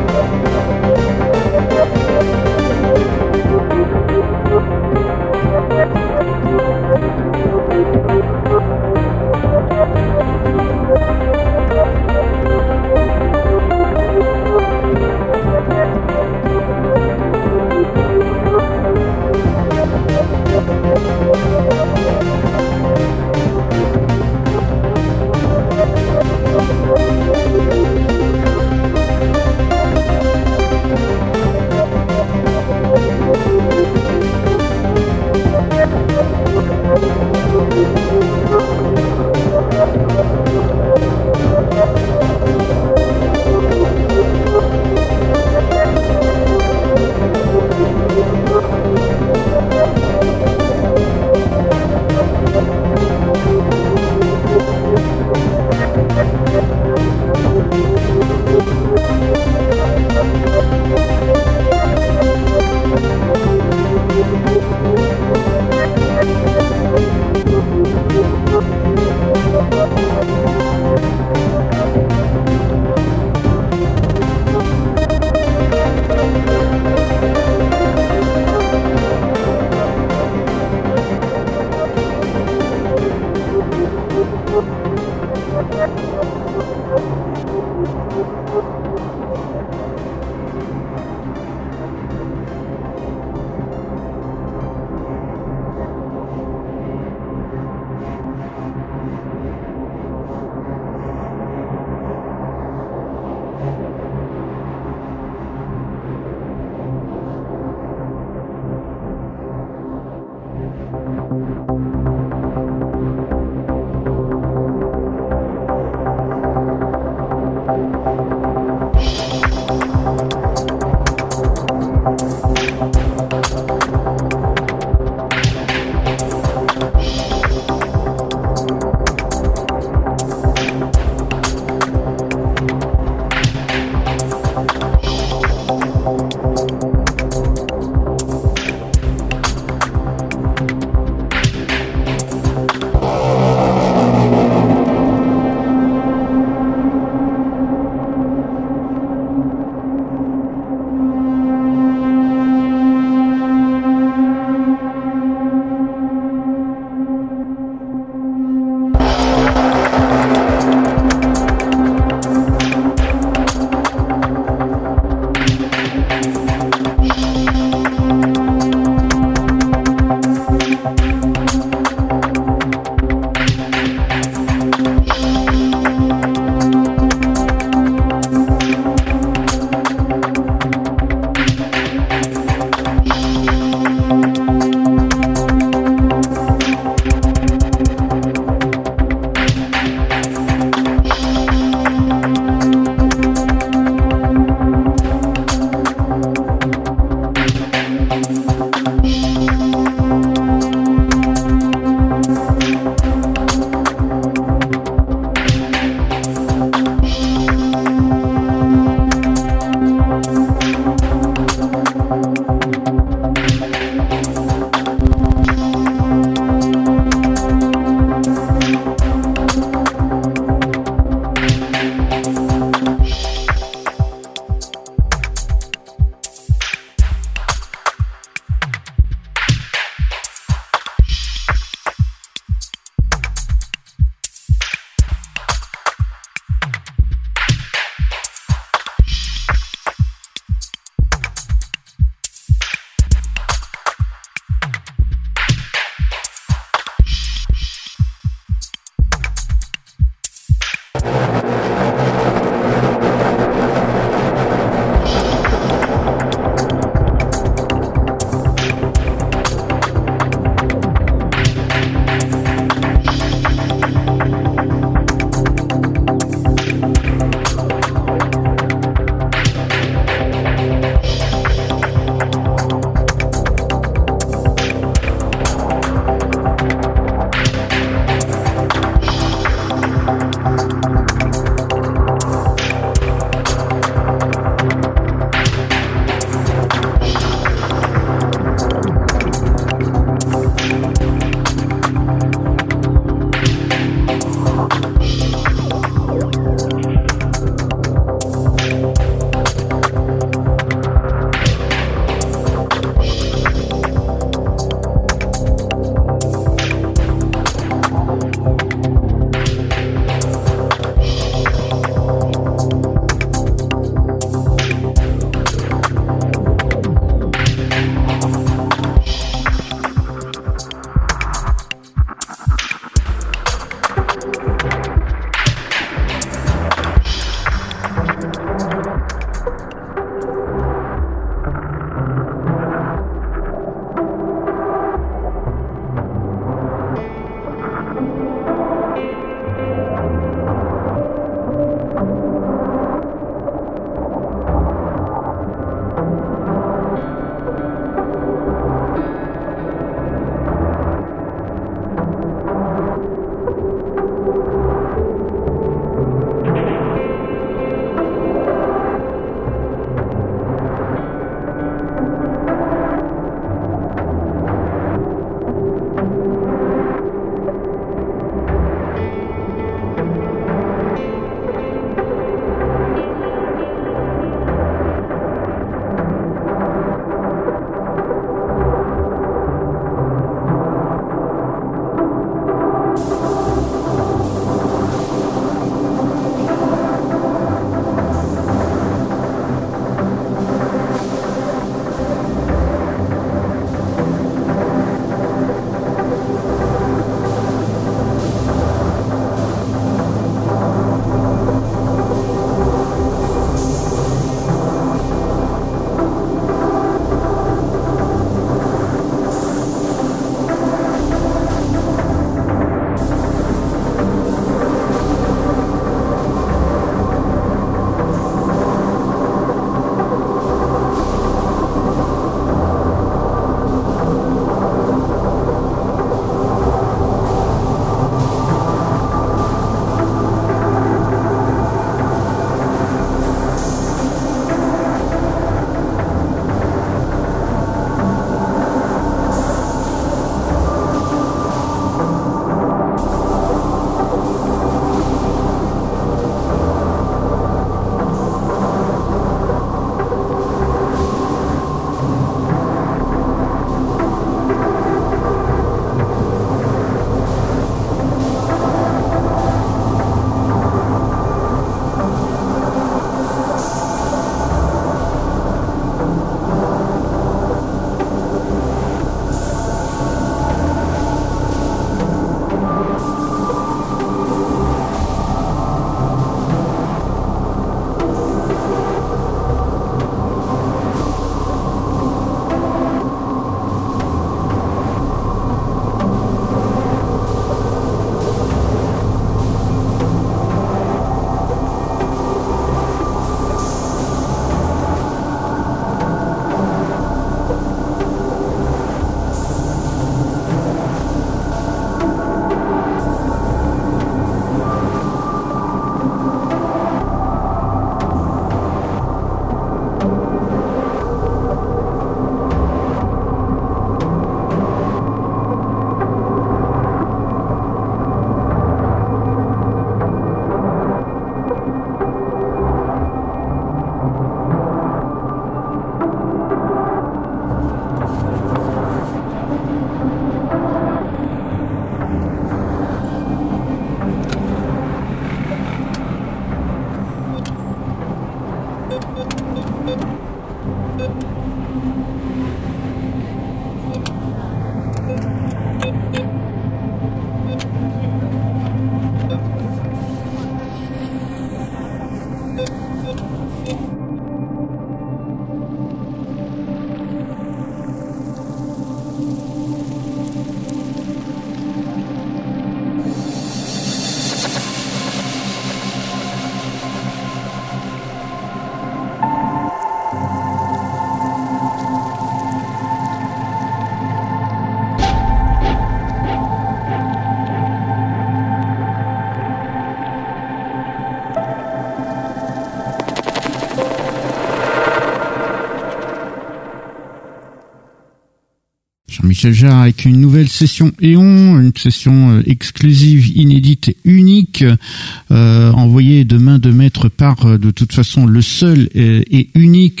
Jean-Michel Jarre avec une nouvelle session Éon, une session exclusive, inédite, unique, envoyée de main de maître par de toute façon le seul et unique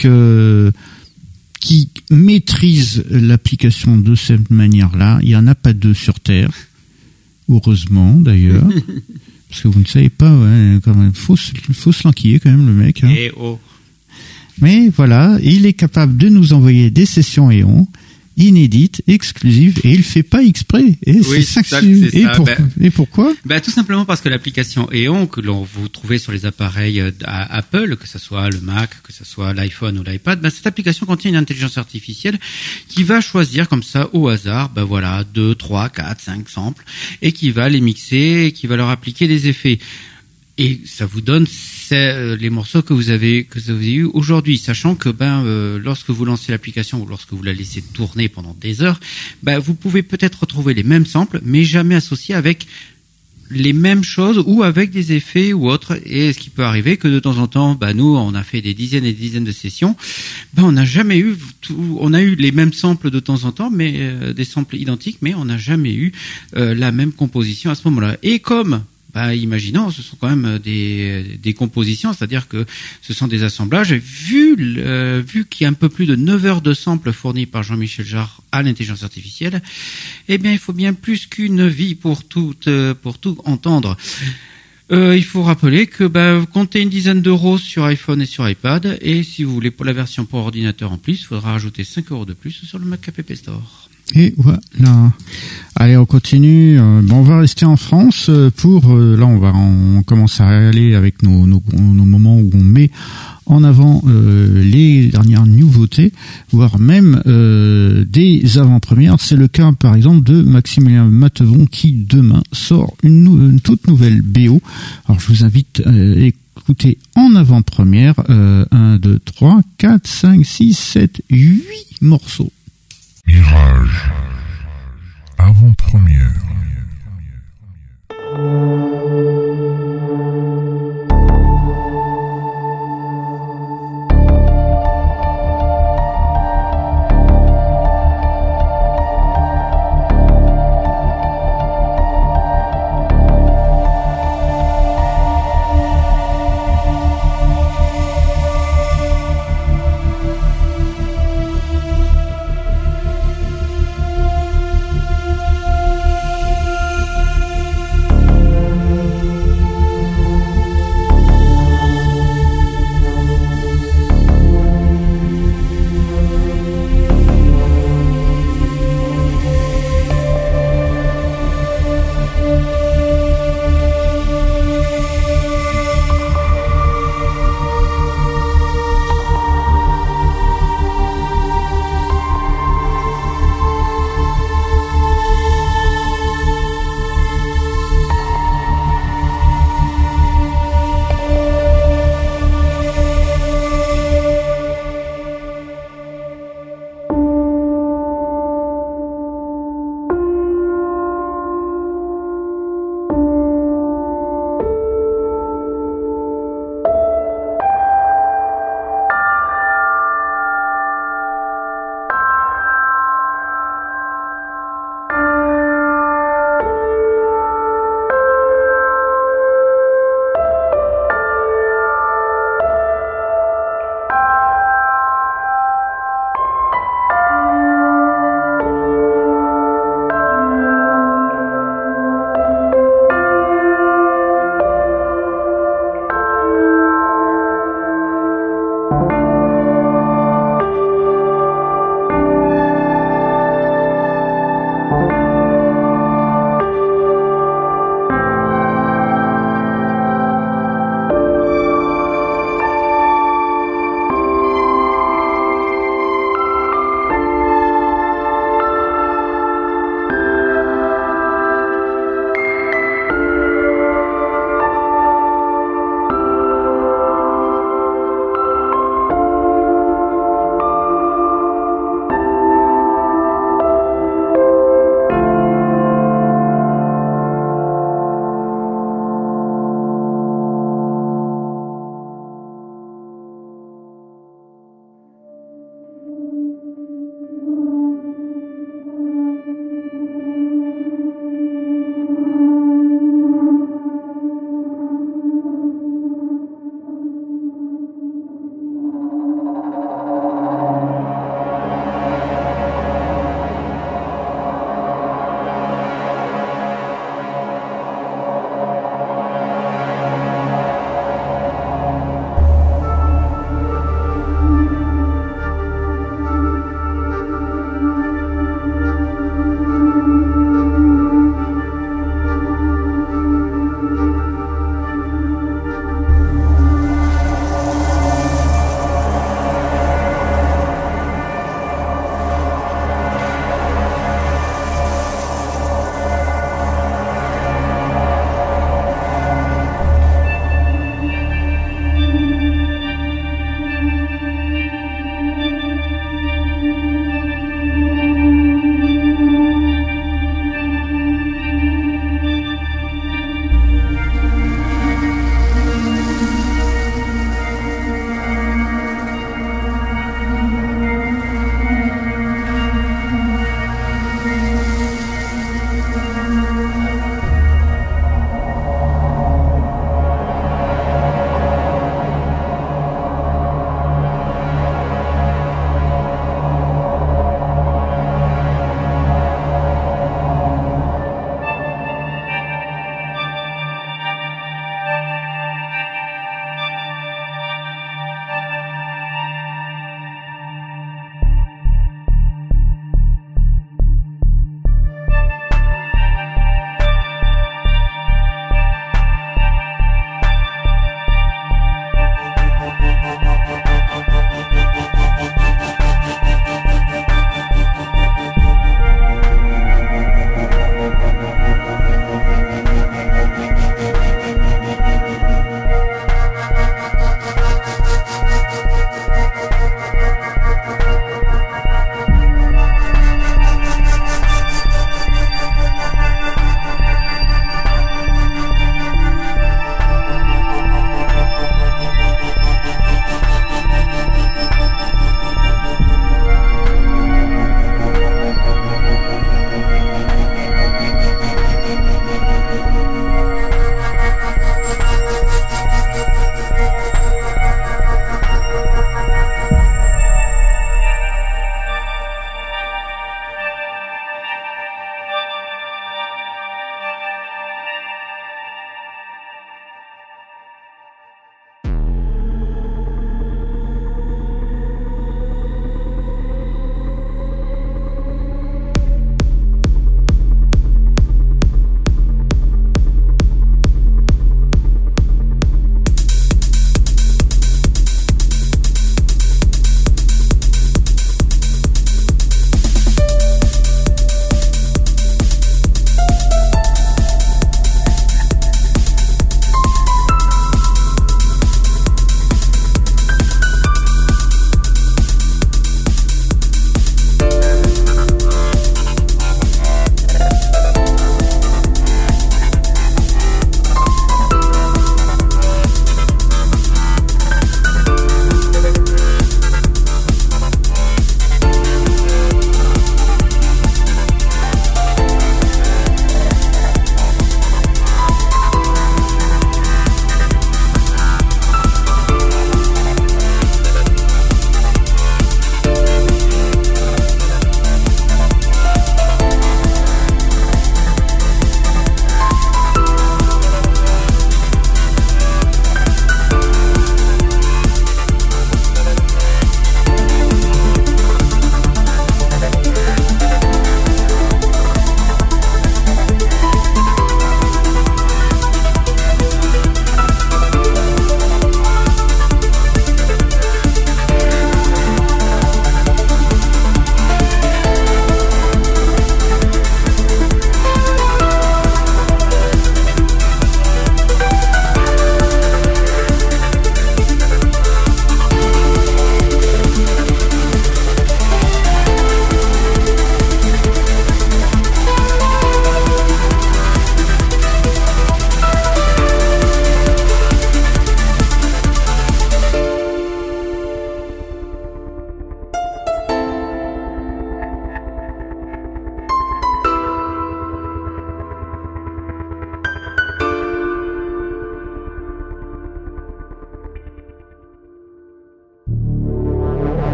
qui maîtrise l'application de cette manière-là. Il n'y en a pas deux sur Terre, heureusement d'ailleurs, parce que vous ne savez pas, ouais, quand même, faut se l'enquiller quand même le mec. Hein.
Et oh.
Mais voilà, il est capable de nous envoyer des sessions Éon inédites, exclusives, et il fait pas exprès. Et
oui,
c'est ça. Et pourquoi?
Tout simplement parce que l'application Éon que vous trouvez sur les appareils Apple, que ce soit le Mac, que ce soit l'iPhone ou l'iPad, cette application contient une intelligence artificielle qui va choisir comme ça au hasard, 2, 3, 4, 5 samples, et qui va les mixer, et qui va leur appliquer des effets. Et ça vous donne les morceaux que vous avez eu aujourd'hui, sachant que lorsque vous lancez l'application ou lorsque vous la laissez tourner pendant des heures, vous pouvez peut-être retrouver les mêmes samples, mais jamais associés avec les mêmes choses ou avec des effets ou autres. Et ce qui peut arriver que de temps en temps, nous, on a fait des dizaines et des dizaines de sessions, on n'a jamais eu on a eu les mêmes samples de temps en temps, mais des samples identiques, mais on n'a jamais eu la même composition à ce moment-là. Et comme imaginons, ce sont quand même des compositions, c'est-à-dire que ce sont des assemblages. Vu qu'il y a un peu plus de 9 heures de samples fournis par Jean-Michel Jarre à l'intelligence artificielle, il faut bien plus qu'une vie pour tout entendre. Il faut rappeler que comptez une dizaine d'euros sur iPhone et sur iPad, et si vous voulez pour la version pour ordinateur en plus, il faudra rajouter 5 euros de plus sur le Mac App Store.
Et voilà. Allez, on continue. On va rester en France pour là on commence à aller avec nos moments où on met en avant les dernières nouveautés, voire même des avant-premières. C'est le cas par exemple de Maximilien Matevon qui demain sort une toute nouvelle BO. Alors je vous invite à écouter en avant-première 1, 2, 3, 4, 5, 6, 7, 8 morceaux.
Mirage, avant-première.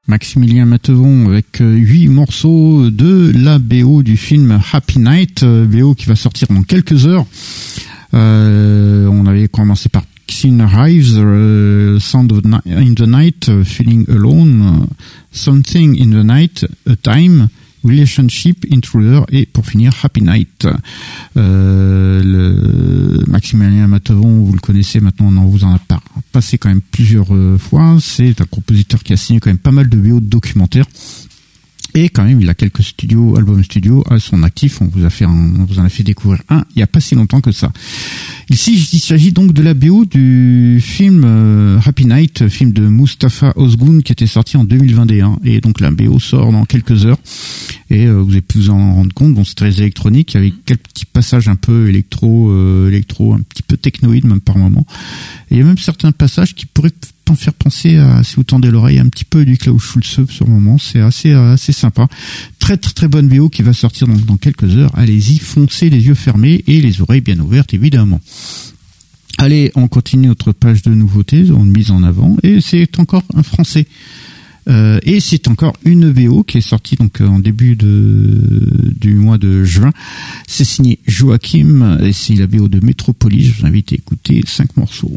Maximilien Matevon avec 8 morceaux de la BO du film Happy Night, BO qui va sortir dans quelques heures. On avait commencé par Xin Hives, Sound in the Night, Feeling Alone, Something in the Night, A Time, Relationship, Intruder et pour finir Happy Night. Le Maximilien Matevon, vous le connaissez maintenant, on vous en a passé quand même plusieurs fois. C'est un compositeur qui a signé quand même pas mal de BO de documentaires. Et quand même, il a quelques albums studio à son actif. On vous en a fait découvrir un il y a pas si longtemps que ça. Ici, il s'agit donc de la BO du film Happy Night, film de Mustafa Özgun qui était sorti en 2021. Et donc la BO sort dans quelques heures. Et vous avez pu vous en rendre compte. Bon, c'est très électronique avec quelques petits passages un peu électro, un petit peu technoïde même par moment. Et il y a même certains passages qui pourraient faire penser à, si vous tendez l'oreille, un petit peu du Klaus Schulze sur le moment. C'est assez sympa. Très très très bonne BO qui va sortir donc dans quelques heures. Allez-y, foncez les yeux fermés et les oreilles bien ouvertes évidemment. Allez, on continue notre page de nouveautés, une mise en avant, et c'est encore un français. Et c'est encore une BO qui est sortie donc en début du mois de juin. C'est signé Joachim et c'est la BO de Metropolis. Je vous invite à écouter 5 morceaux.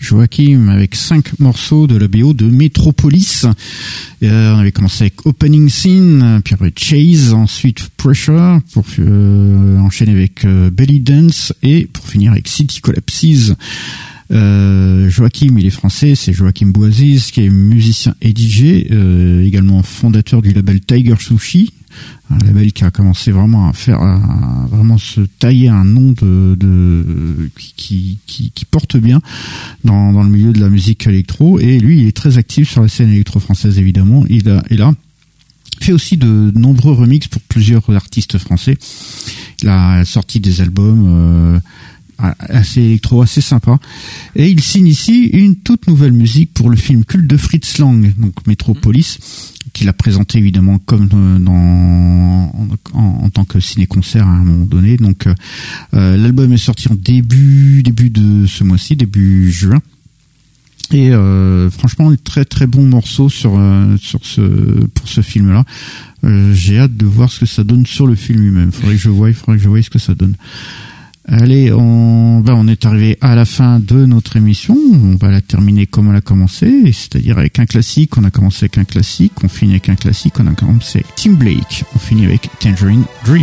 Joachim avec 5 morceaux de la BO de Metropolis. On avait commencé avec Opening Scene, puis après Chase, ensuite Pressure, pour enchaîner avec Belly Dance, et pour finir avec City Collapses. Joachim, il est français, c'est Joachim Bouaziz, qui est musicien et DJ, également fondateur du label Tiger Sushi, un label qui a commencé vraiment à vraiment se tailler un nom qui porte bien dans le milieu de la musique électro. Et lui, il est très actif sur la scène électro-française, évidemment. Il a fait aussi de nombreux remixes pour plusieurs artistes français. Il a sorti des albums assez électro, assez sympa, et il signe ici une toute nouvelle musique pour le film culte de Fritz Lang, donc Metropolis, qu'il a présenté évidemment comme en tant que ciné-concert à un moment donné. Donc l'album est sorti en début de ce mois-ci, début juin. Et franchement, un très très bon morceau pour ce film-là. J'ai hâte de voir ce que ça donne sur le film lui-même. Faudrait que je voie ce que ça donne. Allez, on est arrivé à la fin de notre émission. On va la terminer comme on l'a commencé, c'est-à-dire avec un classique. On a commencé avec un classique, on finit avec un classique. On a commencé avec Tim Blake, on finit avec Tangerine Dream.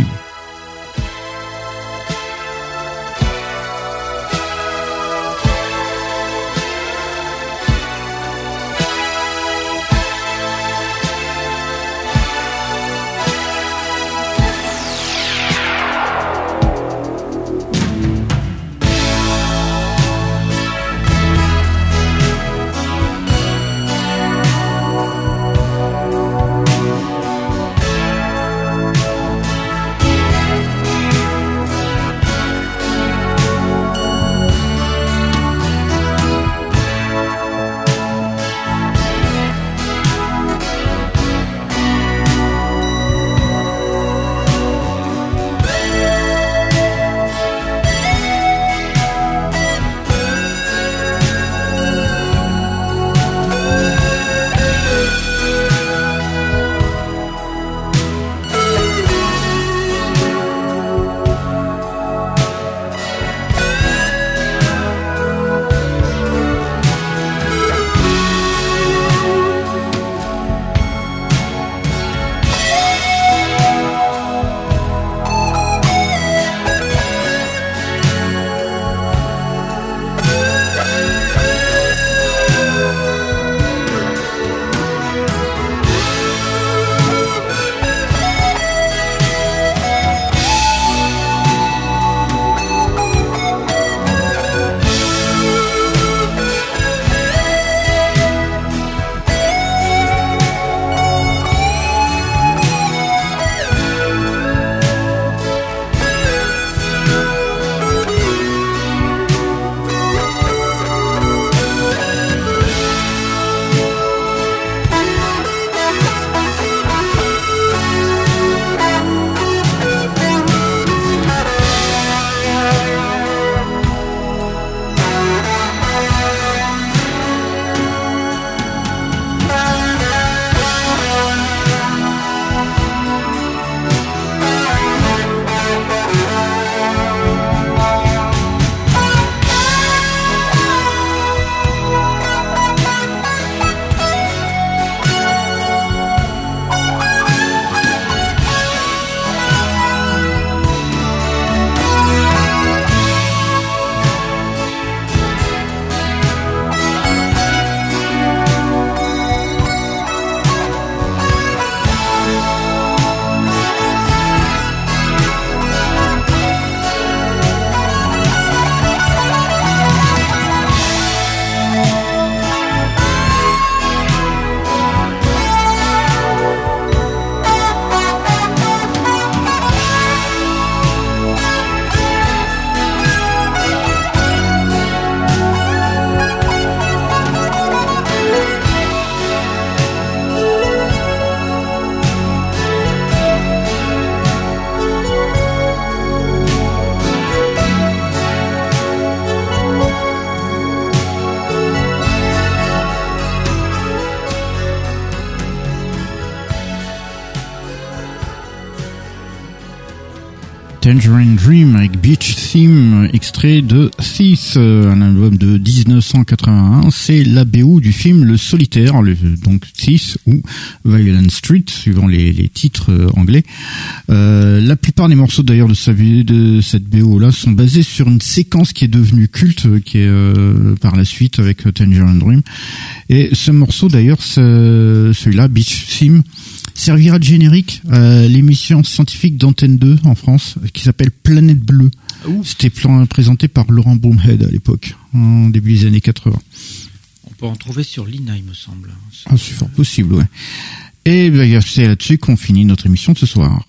Tangerine Dream avec Beach Theme, extrait de Thief, un album de 1981. C'est la BO du film Le Solitaire, donc Thief ou Violent Street, suivant les titres anglais. La plupart des morceaux d'ailleurs de cette BO là sont basés sur une séquence qui est devenue culte, qui est par la suite avec Tangerine Dream. Et ce morceau d'ailleurs, celui-là, Beach Theme, servira de générique à l'émission scientifique d'Antenne 2 en France qui s'appelle Planète Bleue. C'était présenté par Laurent Baumhead à l'époque, en début des années 80.
On peut en trouver sur l'INA, il me semble.
C'est fort possible, ouais. Et ben, c'est là-dessus qu'on finit notre émission de ce soir.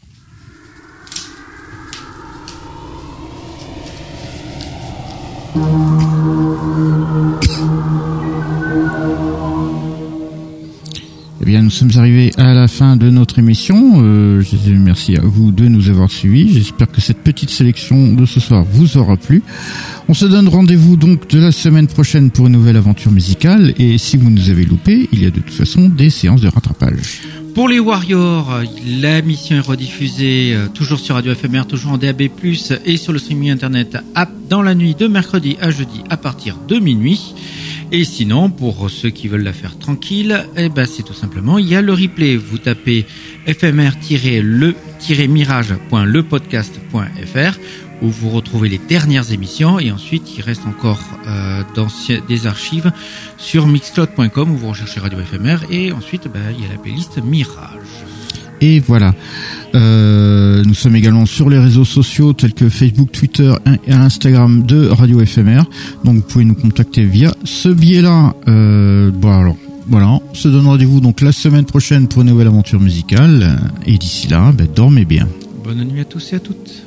Eh bien, nous sommes arrivés à la fin de notre émission. Merci à vous de nous avoir suivis. J'espère que cette petite sélection de ce soir vous aura plu. On se donne rendez-vous donc de la semaine prochaine pour une nouvelle aventure musicale. Et si vous nous avez loupé, il y a de toute façon des séances de rattrapage.
Pour les Warriors, la mission est rediffusée toujours sur Radio FMR, toujours en DAB+, et sur le streaming internet dans la nuit de mercredi à jeudi à partir de minuit. Et sinon, pour ceux qui veulent la faire tranquille, c'est tout simplement, il y a le replay. Vous tapez fmr-le-mirage.lepodcast.fr où vous retrouvez les dernières émissions, et ensuite il reste encore des archives sur mixcloud.com où vous recherchez Radio FMR, et ensuite il y a la playlist Mirage.
Et voilà. Nous sommes également sur les réseaux sociaux tels que Facebook, Twitter et Instagram de Radio FMR. Donc vous pouvez nous contacter via ce biais-là. Voilà. On se donne rendez-vous donc la semaine prochaine pour une nouvelle aventure musicale. Et d'ici là, dormez bien.
Bonne nuit à tous et à toutes.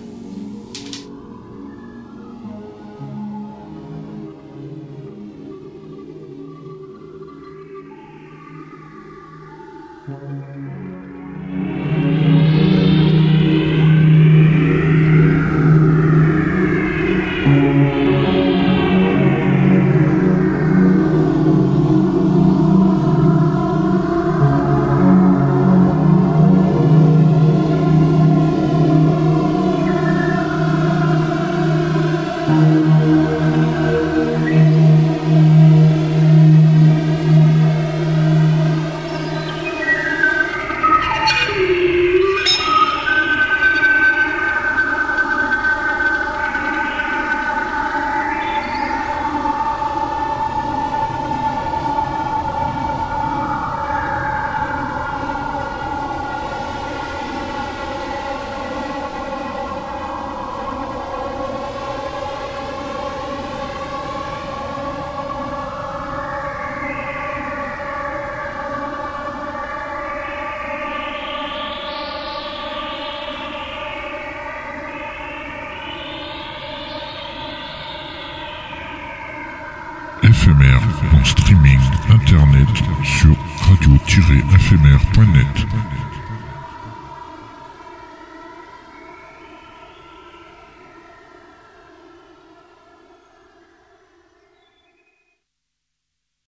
FMR en streaming internet sur radio-fmr.net.